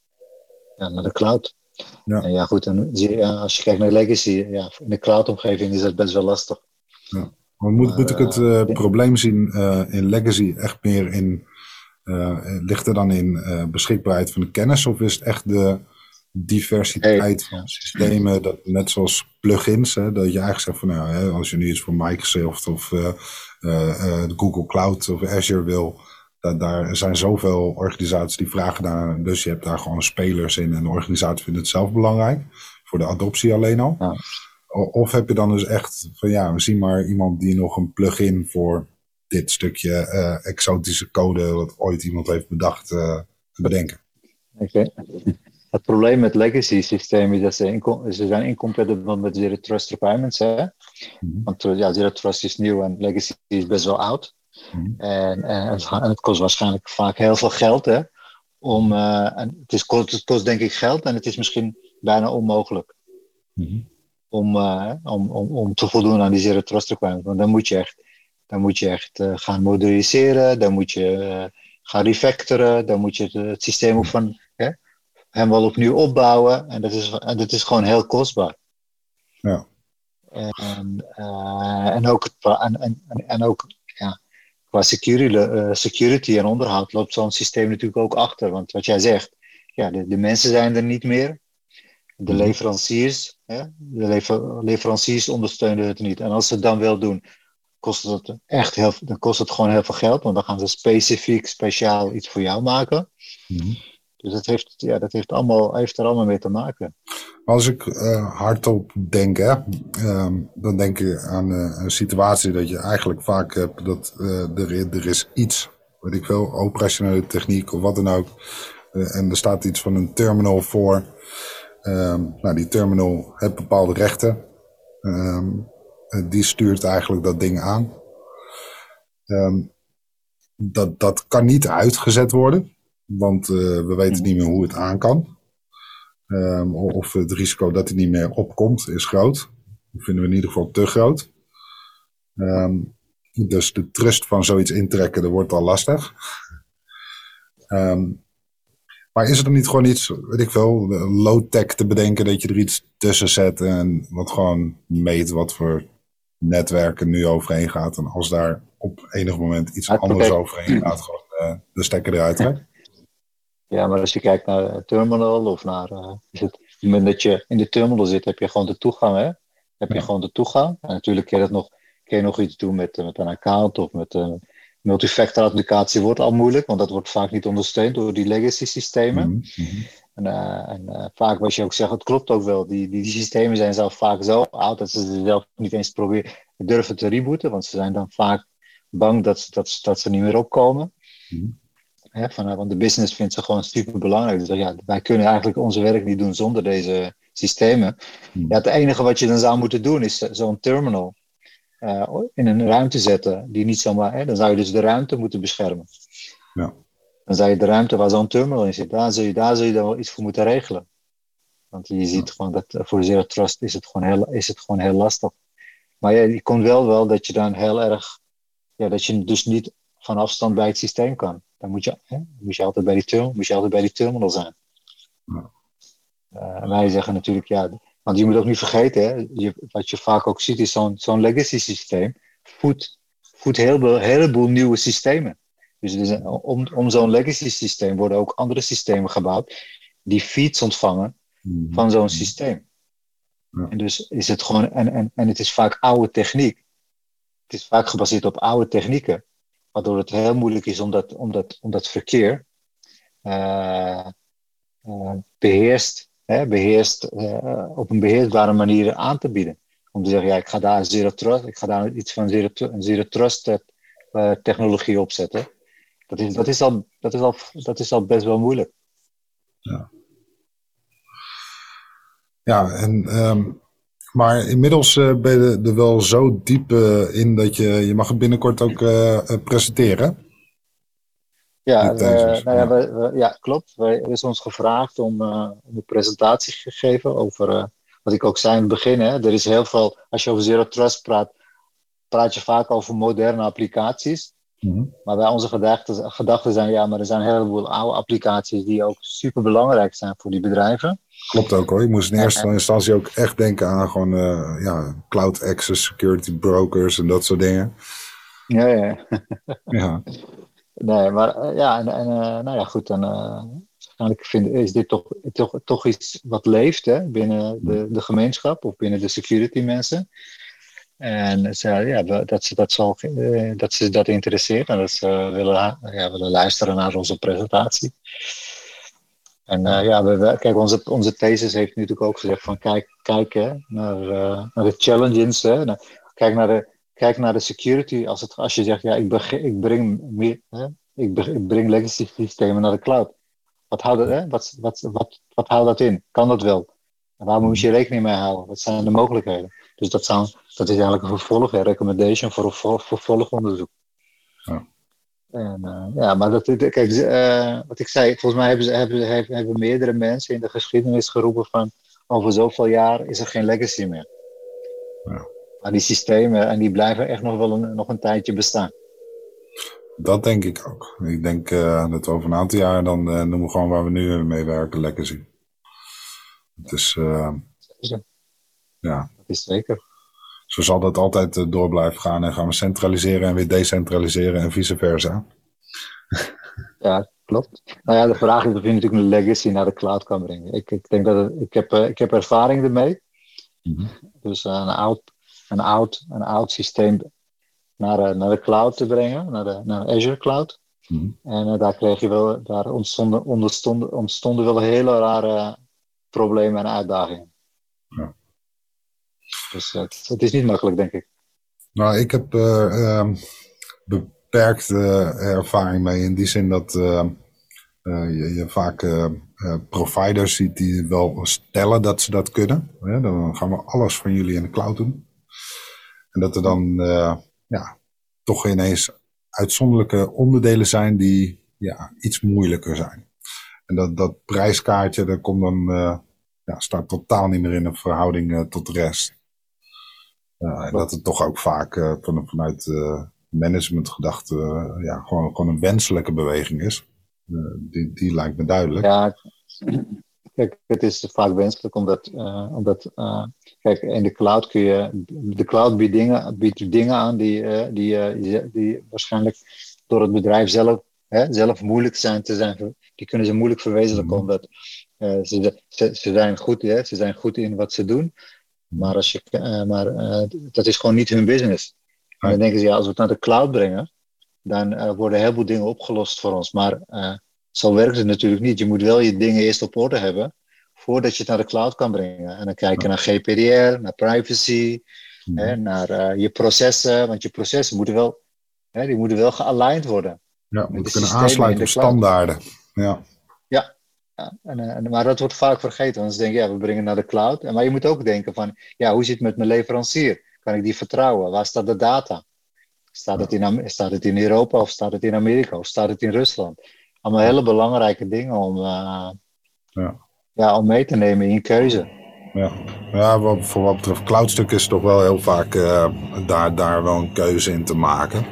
[SPEAKER 3] ja, naar de cloud. Ja. En ja, goed, en ja, als je kijkt naar legacy, ja, in de cloud-omgeving is dat best wel lastig.
[SPEAKER 2] Ja. Maar moet, maar, moet ik het uh, uh, probleem zien uh, in legacy echt meer in, uh, ligt er dan in uh, beschikbaarheid van de kennis, of is het echt de diversiteit hey, van ja. systemen, dat, net zoals plugins, hè, dat je eigenlijk zegt van, nou, hè, als je nu iets voor Microsoft of uh, uh, uh, Google Cloud of Azure wil, Da- daar zijn zoveel organisaties die vragen naar, dus je hebt daar gewoon spelers in en de organisatie vindt het zelf belangrijk, voor de adoptie alleen al. Ja. Of heb je dan dus echt van, ja, we zien maar iemand die nog een plugin voor dit stukje uh, exotische code wat ooit iemand heeft bedacht uh, te bedenken.
[SPEAKER 3] Okay. Het probleem met legacy systemen is dat ze, inco- ze zijn incompatible met Zero Trust requirements. Hè? Mm-hmm. Want ja, Zero Trust is nieuw en legacy is best wel oud. Mm-hmm. En, en, en het kost waarschijnlijk vaak heel veel geld. Hè? Om, uh, en het, is, het kost denk ik geld en het is misschien bijna onmogelijk. Mm-hmm. Om, uh, om, om, om te voldoen aan die Zero Trust requirements. Want dan moet je echt, dan moet je echt uh, gaan moderniseren, dan moet je uh, gaan refactoren, dan moet je het, het systeem ook van hè, helemaal opnieuw opbouwen. En dat is, en dat is gewoon heel kostbaar.
[SPEAKER 2] Ja.
[SPEAKER 3] En, uh, en ook, en, en, en ook ja, qua security, uh, security en onderhoud loopt zo'n systeem natuurlijk ook achter. Want wat jij zegt, ja, de, de mensen zijn er niet meer. De leveranciers, hè, de lever, leveranciers ondersteunen het niet. En als ze het dan wel doen, kost het echt heel, dan kost het gewoon heel veel geld. Want dan gaan ze specifiek, speciaal iets voor jou maken. Mm-hmm. Dus dat heeft, ja, dat heeft, allemaal, heeft er allemaal mee te maken.
[SPEAKER 2] Als ik uh, hardop denk, hè, um, dan denk ik aan uh, een situatie dat je eigenlijk vaak hebt dat uh, er, er is iets, weet ik veel, operationele techniek of wat dan ook. Uh, en er staat iets van een terminal voor. Um, nou, die terminal heeft bepaalde rechten. Um, die stuurt eigenlijk dat ding aan. Um, dat, dat kan niet uitgezet worden. Want uh, we weten niet meer hoe het aan kan. Um, of het risico dat hij niet meer opkomt is groot. Dat vinden we in ieder geval te groot. Um, dus de trust van zoiets intrekken, dat wordt al lastig. Um, maar is er niet gewoon iets, weet ik veel, low-tech te bedenken dat je er iets tussen zet en wat gewoon meet wat voor netwerken nu overheen gaat. En als daar op enig moment iets anders overheen gaat, gewoon uh, de stekker eruit trekt?
[SPEAKER 3] Ja, maar als je kijkt naar een terminal of naar... Uh, is het, op het moment dat je in de terminal zit, heb je gewoon de toegang, hè? Heb je ja. gewoon de toegang. En natuurlijk kun je, dat nog, kun je nog iets doen met, met een account of met een multifactor applicatie. Wordt al moeilijk, want dat wordt vaak niet ondersteund door die legacy systemen. Mm-hmm. En, uh, en uh, vaak wat je ook zegt, het klopt ook wel. Die, die, die systemen zijn zelf vaak zo oud dat ze ze zelf niet eens proberen durven te rebooten. Want ze zijn dan vaak bang dat, dat, dat ze niet meer opkomen. Mm-hmm. He, van, want de business vindt ze gewoon super belangrijk. Dus ja, wij kunnen eigenlijk onze werk niet doen zonder deze systemen. Hmm. Ja, het enige wat je dan zou moeten doen is zo'n terminal uh, in een ruimte zetten. Die niet zomaar, hè, dan zou je dus de ruimte moeten beschermen.
[SPEAKER 2] Ja.
[SPEAKER 3] Dan zou je de ruimte waar zo'n terminal in zit, daar zul je, daar zul je dan wel iets voor moeten regelen. Want je ziet ja. gewoon dat voor Zero Trust is het gewoon heel, is het gewoon heel lastig. Maar ja, je komt wel wel dat je dan heel erg, ja, dat je dus niet van afstand bij het systeem kan. Dan moet je, hè, moet je, altijd, bij die term, moet je altijd bij die terminal zijn. Ja. Uh, en wij zeggen natuurlijk, ja, want je moet ook niet vergeten, hè, je, wat je vaak ook ziet is zo'n, zo'n legacy systeem voedt, voedt heel, een heleboel nieuwe systemen. Dus, dus om, om zo'n legacy systeem worden ook andere systemen gebouwd die feeds ontvangen mm-hmm. van zo'n systeem. Ja. En dus is het gewoon, en, en, en het is vaak oude techniek. Het is vaak gebaseerd op oude technieken. Waardoor het heel moeilijk is om dat, om dat, om dat verkeer uh, uh, beheerst, hè, beheerst uh, op een beheersbare manier aan te bieden. Om te zeggen, ja, ik ga daar zero trust, ik ga daar iets van zero, zero trust uh, technologie opzetten. Dat is, dat, is al, dat, is al, dat is al best wel moeilijk.
[SPEAKER 2] Ja, ja en... Um... Maar inmiddels uh, ben je er wel zo diep uh, in dat je, je mag het binnenkort ook uh, presenteren.
[SPEAKER 3] Ja, uh, nou ja, we, we, ja, klopt. Er is ons gevraagd om, uh, om een presentatie te geven over, uh, wat ik ook zei in het begin. Hè, er is heel veel, als je over Zero Trust praat, praat je vaak over moderne applicaties. Mm-hmm. Maar bij onze gedachten, gedachten zijn, ja, maar er zijn een heleboel oude applicaties die ook super belangrijk zijn voor die bedrijven.
[SPEAKER 2] Klopt ook hoor. Je moest in eerste ja, instantie ook echt denken aan gewoon uh, ja, cloud access, security brokers en dat soort dingen.
[SPEAKER 3] Ja, ja.
[SPEAKER 2] ja.
[SPEAKER 3] Nee, maar uh, ja, en, en uh, nou ja, goed, dan uh, waarschijnlijk vind, is dit toch, toch, toch iets wat leeft hè, binnen de, de gemeenschap of binnen de security mensen. En ze, ja, dat, ze dat, zal, uh, dat ze dat interesseert en dat ze willen, ja, willen luisteren naar onze presentatie. En uh, ja, we, we, kijk, onze, onze thesis heeft natuurlijk ook gezegd van kijk, kijk hè, naar, uh, naar de challenges, hè, naar, kijk, naar de, kijk naar de security. Als, het, als je zegt, ja, ik, begin, ik, breng, meer, hè, ik, be, ik breng legacy systemen naar de cloud. Wat houdt dat, hè? Wat, wat, wat, wat houdt dat in? Kan dat wel? En waar moet je rekening mee houden? Wat zijn de mogelijkheden? Dus dat, zou, dat is eigenlijk een vervolg, een recommendation voor een vervolgonderzoek. Ja. En, uh, ja, maar dat, kijk, uh, wat ik zei, volgens mij hebben, ze, hebben, hebben, hebben meerdere mensen in de geschiedenis geroepen van over zoveel jaar is er geen legacy meer. Ja. Maar die systemen, en die blijven echt nog wel een, nog een tijdje bestaan.
[SPEAKER 2] Dat denk ik ook. Ik denk uh, dat over een aantal jaar dan uh, noemen we gewoon waar we nu mee werken legacy. Het is, uh,
[SPEAKER 3] ja.
[SPEAKER 2] ja.
[SPEAKER 3] Dat is zeker.
[SPEAKER 2] Zo zal dat altijd uh, door blijven gaan en gaan we centraliseren en weer decentraliseren en vice versa.
[SPEAKER 3] Ja, klopt. Nou ja, de vraag is of je natuurlijk een legacy naar de cloud kan brengen. Ik, ik denk dat het, ik, heb, uh, ik heb ervaring ermee. Mm-hmm. Dus uh, een, oud, een, oud, een oud systeem naar, uh, naar de cloud te brengen, naar de naar Azure Cloud. Mm-hmm. En uh, daar kreeg je wel, daar ontstonden, ontstonden, ontstonden wel hele rare problemen en uitdagingen. Ja. Dus uh, het, het is niet makkelijk, denk ik.
[SPEAKER 2] Nou, ik heb uh, um, beperkte uh, ervaring mee in die zin dat uh, uh, je, je vaak uh, uh, providers ziet die wel stellen dat ze dat kunnen. Ja, dan gaan we alles van jullie in de cloud doen. En dat er dan uh, ja, toch ineens uitzonderlijke onderdelen zijn die ja, iets moeilijker zijn. En dat, dat prijskaartje, dat komt dan, uh, ja, staat totaal niet meer in een verhouding uh, tot de rest. Uh, en dat het toch ook vaak uh, van, vanuit uh, managementgedachte uh, ja, gewoon, gewoon een wenselijke beweging is. Uh, die, die lijkt me duidelijk.
[SPEAKER 3] Ja, kijk, het is vaak wenselijk omdat, uh, omdat uh, kijk, in de cloud kun je, de cloud biedt dingen, biedt dingen aan die, uh, die, uh, die, die waarschijnlijk door het bedrijf zelf, hè, zelf moeilijk zijn te zijn. Die kunnen ze moeilijk verwezenlijken, mm-hmm. omdat uh, ze, ze, ze, zijn goed, hè, ze zijn goed in wat ze doen. Maar, als je, uh, maar uh, dat is gewoon niet hun business. En dan denken ze, ja, als we het naar de cloud brengen, dan uh, worden een heleboel dingen opgelost voor ons. Maar uh, zo werkt het natuurlijk niet. Je moet wel je dingen eerst op orde hebben, voordat je het naar de cloud kan brengen. En dan kijken naar G P D R, naar privacy, mm. hè, naar uh, je processen. Want je processen moeten wel, hè, die moeten wel gealigned worden.
[SPEAKER 2] Ja, moeten kunnen aansluiten op standaarden. Ja.
[SPEAKER 3] Ja. Ja, en, en, maar dat wordt vaak vergeten, want ze denken, ja, we brengen naar de cloud. En, maar je moet ook denken van, ja, hoe zit het met mijn leverancier? Kan ik die vertrouwen? Waar staat de data? Staat het in, staat het in Europa of staat het in Amerika of staat het in Rusland? Allemaal hele belangrijke dingen om, uh, ja. Ja, om mee te nemen in je keuze.
[SPEAKER 2] Ja, ja wat, voor wat betreft cloudstuk is het toch wel heel vaak uh, daar, daar wel een keuze in te maken.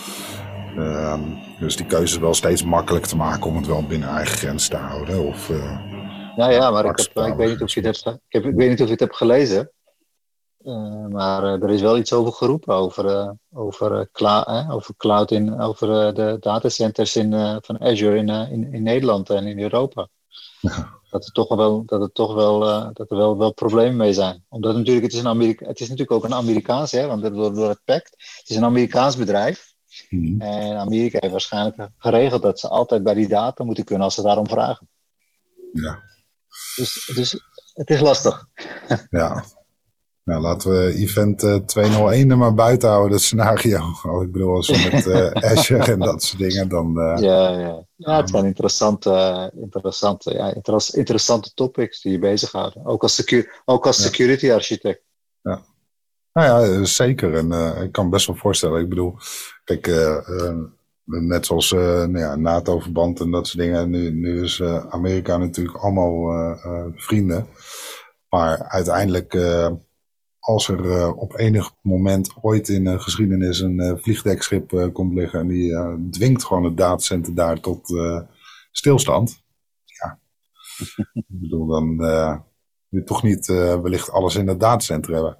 [SPEAKER 2] Uh, Dus die keuze is wel steeds makkelijk te maken om het wel binnen eigen grens te houden. Of, uh,
[SPEAKER 3] ja, ja, maar ik, heb, ik, weet niet of je het hebt, ik, heb, ik weet niet of je het hebt gelezen. Uh, maar uh, er is wel iets over geroepen over, uh, over, uh, cloud, eh, over cloud in, over uh, de datacenters in, uh, van Azure in, uh, in, in Nederland en in Europa. Ja. Dat er toch wel, dat er toch wel, uh, dat er wel, wel problemen mee zijn. Omdat natuurlijk, het is, een Amerika- het is natuurlijk ook een Amerikaans, hè, want door, door het pact, het is een Amerikaans bedrijf. Hmm. En Amerika heeft waarschijnlijk geregeld dat ze altijd bij die data moeten kunnen als ze daarom vragen.
[SPEAKER 2] Ja.
[SPEAKER 3] Dus, dus het is lastig.
[SPEAKER 2] Ja. Nou, laten we event uh, tweehonderdéén er maar buiten houden, dat scenario. Ik bedoel, als we met uh, Azure en dat soort dingen, dan... Uh,
[SPEAKER 3] ja, ja. ja, het zijn interessante, interessante, ja, interessante topics die je bezighouden. Ook als, secu- ook als security ja. architect.
[SPEAKER 2] Ja. Nou ja, zeker. En uh, ik kan me best wel voorstellen. Ik bedoel, kijk, uh, uh, net zoals uh, nou ja, NATO-verband en dat soort dingen. Nu, nu is uh, Amerika natuurlijk allemaal uh, uh, vrienden. Maar uiteindelijk, uh, als er uh, op enig moment ooit in de geschiedenis een uh, vliegdekschip uh, komt liggen en die uh, dwingt gewoon het datacenter daar tot uh, stilstand. Ja, ik bedoel, dan uh, wil je toch niet uh, wellicht alles in het datacenter hebben.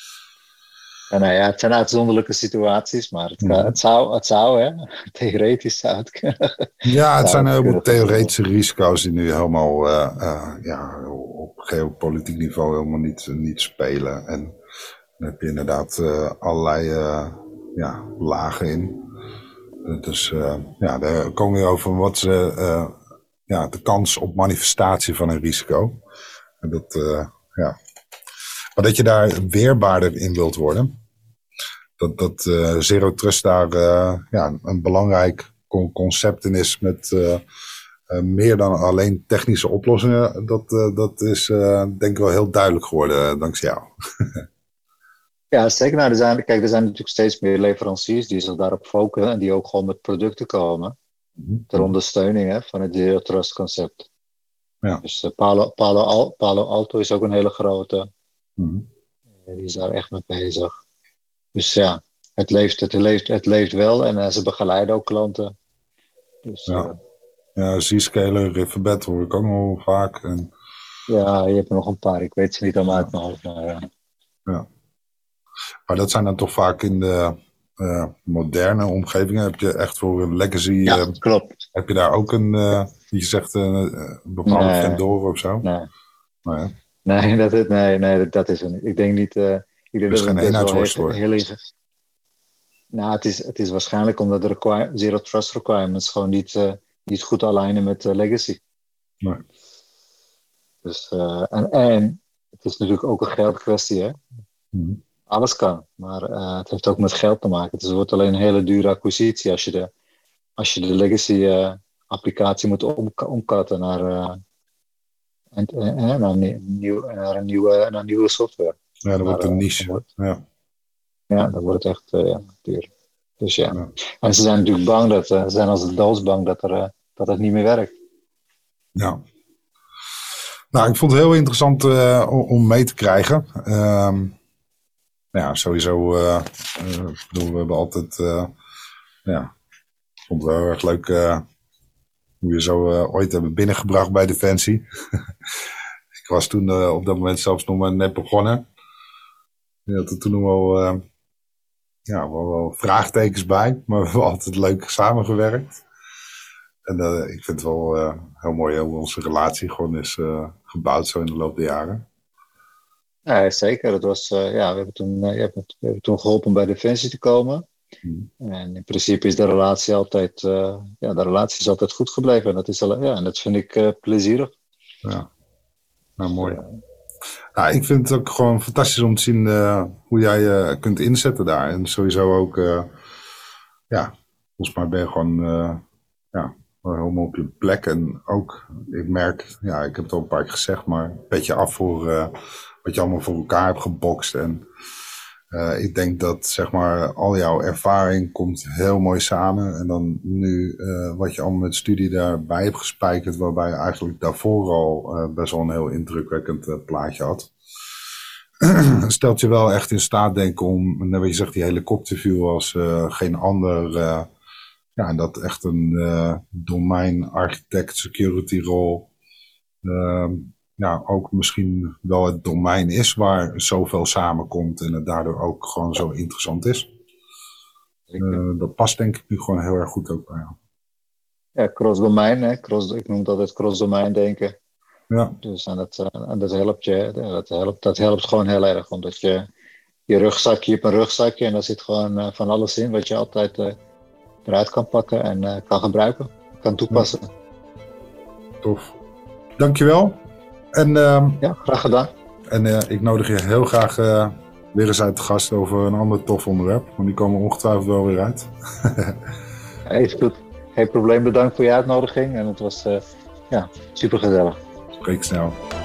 [SPEAKER 3] Ja, nou ja, het zijn uitzonderlijke situaties, maar het, kan, het, zou, het zou, hè, theoretisch zou het kunnen.
[SPEAKER 2] Ja, het zijn heel veel theoretische risico's die nu helemaal uh, uh, ja, op geopolitiek niveau helemaal niet, niet spelen. En dan heb je inderdaad uh, allerlei uh, ja, lagen in. Uh, dus uh, ja, daar komen we over wat uh, uh, ja, de kans op manifestatie van een risico. En dat, uh, ja... Maar dat je daar weerbaarder in wilt worden. Dat, dat uh, Zero Trust daar uh, ja, een belangrijk concept in is met uh, uh, meer dan alleen technische oplossingen. Dat, uh, dat is uh, denk ik wel heel duidelijk geworden uh, dankzij jou.
[SPEAKER 3] Ja, zeker. Nou, er zijn, kijk, er zijn natuurlijk steeds meer leveranciers die zich daarop focussen en die ook gewoon met producten komen. Mm-hmm. Ter ondersteuning hè, van het Zero Trust concept. Ja. Dus uh, Palo, Palo, Al, Palo Alto is ook een hele grote. Mm-hmm. Die is daar echt mee bezig. Dus ja, het leeft, het leeft, het leeft wel en uh, ze begeleiden ook klanten. Dus,
[SPEAKER 2] ja,
[SPEAKER 3] uh,
[SPEAKER 2] ja Zscaler, Riverbed hoor ik ook nog wel vaak. En...
[SPEAKER 3] Ja, je hebt er nog een paar. Ik weet ze niet allemaal uit mijn hoofd. Maar, uh...
[SPEAKER 2] ja. Maar dat zijn dan toch vaak in de uh, moderne omgevingen. Heb je echt voor een legacy...
[SPEAKER 3] Ja,
[SPEAKER 2] uh,
[SPEAKER 3] klopt.
[SPEAKER 2] Heb je daar ook een, uh, je zegt, uh, een bepaalde nee. vendor of zo?
[SPEAKER 3] Nee. Nee, nee, dat, is, nee, nee, dat is het niet. Ik denk niet... Uh, ik denk
[SPEAKER 2] dus
[SPEAKER 3] dat
[SPEAKER 2] geen eenheidsworst
[SPEAKER 3] heel ingewikkeld. Nou, het is, het is waarschijnlijk omdat de require, zero trust requirements gewoon niet, uh, niet goed alignen met uh, legacy.
[SPEAKER 2] Nee.
[SPEAKER 3] Dus, uh, en, en het is natuurlijk ook een geldkwestie, hè.
[SPEAKER 2] Mm-hmm.
[SPEAKER 3] Alles kan, maar uh, het heeft ook met geld te maken. Dus het wordt alleen een hele dure acquisitie als je de, als je de legacy uh, applicatie moet om, omkatten naar, uh, en, en, en, naar, nieuw, naar, een nieuwe, naar nieuwe software.
[SPEAKER 2] Ja, dat wordt een niche.
[SPEAKER 3] Wordt,
[SPEAKER 2] ja.
[SPEAKER 3] ja, dan wordt het echt uh, ja, duur. Dus ja. ja. En ze zijn natuurlijk bang, dat, uh, ze zijn als de doodsbang dat, er, uh, dat het niet meer werkt.
[SPEAKER 2] Ja. Nou, ik vond het heel interessant uh, om mee te krijgen. Um, ja, sowieso, uh, uh, bedoel, we hebben altijd, uh, ja, ik vond het wel heel erg leuk uh, hoe je zo uh, ooit hebben binnengebracht bij Defensie. Ik was toen uh, op dat moment zelfs nog maar net begonnen. Je had er toen nog wel, uh, ja, wel, wel vraagtekens bij, maar we hebben altijd leuk samengewerkt. En uh, ik vind het wel uh, heel mooi hoe onze relatie gewoon is uh, gebouwd zo in de loop der jaren.
[SPEAKER 3] Ja, zeker. Dat was, uh, ja, we, hebben toen, uh, we hebben toen geholpen bij Defensie te komen. Hmm. En in principe is de relatie altijd, uh, ja, de relatie is altijd goed gebleven. En dat, is al, ja, en dat vind ik uh, plezierig.
[SPEAKER 2] Ja, nou mooi. Uh, nou, ik vind het ook gewoon fantastisch om te zien uh, hoe jij je uh, kunt inzetten daar. En sowieso ook, uh, ja, volgens mij ben je gewoon, uh, ja, helemaal op je plek. En ook, ik merk, ja, ik heb het al een paar keer gezegd, maar een beetje af voor uh, wat je allemaal voor elkaar hebt gebokst. En uh, ik denk dat, zeg maar, al jouw ervaring komt heel mooi samen. En dan nu uh, wat je allemaal met studie daarbij hebt gespijkerd, waarbij je eigenlijk daarvoor al uh, best wel een heel indrukwekkend uh, plaatje had. Stelt je wel echt in staat, denk ik, om, net wat je zegt, die helikopterview als uh, geen ander... Uh, Ja, en dat echt een uh, domein architect security rol uh, ja, ook misschien wel het domein is waar zoveel samenkomt en het daardoor ook gewoon zo interessant is. Uh, dat past denk ik nu gewoon heel erg goed ook bij jou.
[SPEAKER 3] Ja, cross-domein, hè? Cross, ik noem dat het cross-domein denken.
[SPEAKER 2] Ja.
[SPEAKER 3] Dus en dat, uh, en dat helpt je, dat helpt, dat helpt gewoon heel erg, omdat je je rugzakje, je hebt een rugzakje en daar zit gewoon uh, van alles in wat je altijd... Uh, eruit kan pakken en uh, kan gebruiken, kan toepassen. Ja.
[SPEAKER 2] Tof. Dankjewel. En, uh,
[SPEAKER 3] ja, graag gedaan.
[SPEAKER 2] En uh, ik nodig je heel graag uh, weer eens uit de gast over een ander tof onderwerp, want die komen ongetwijfeld wel weer uit.
[SPEAKER 3] Ja, is goed. Geen probleem, bedankt voor je uitnodiging en het was uh, ja, super gezellig.
[SPEAKER 2] Spreek snel.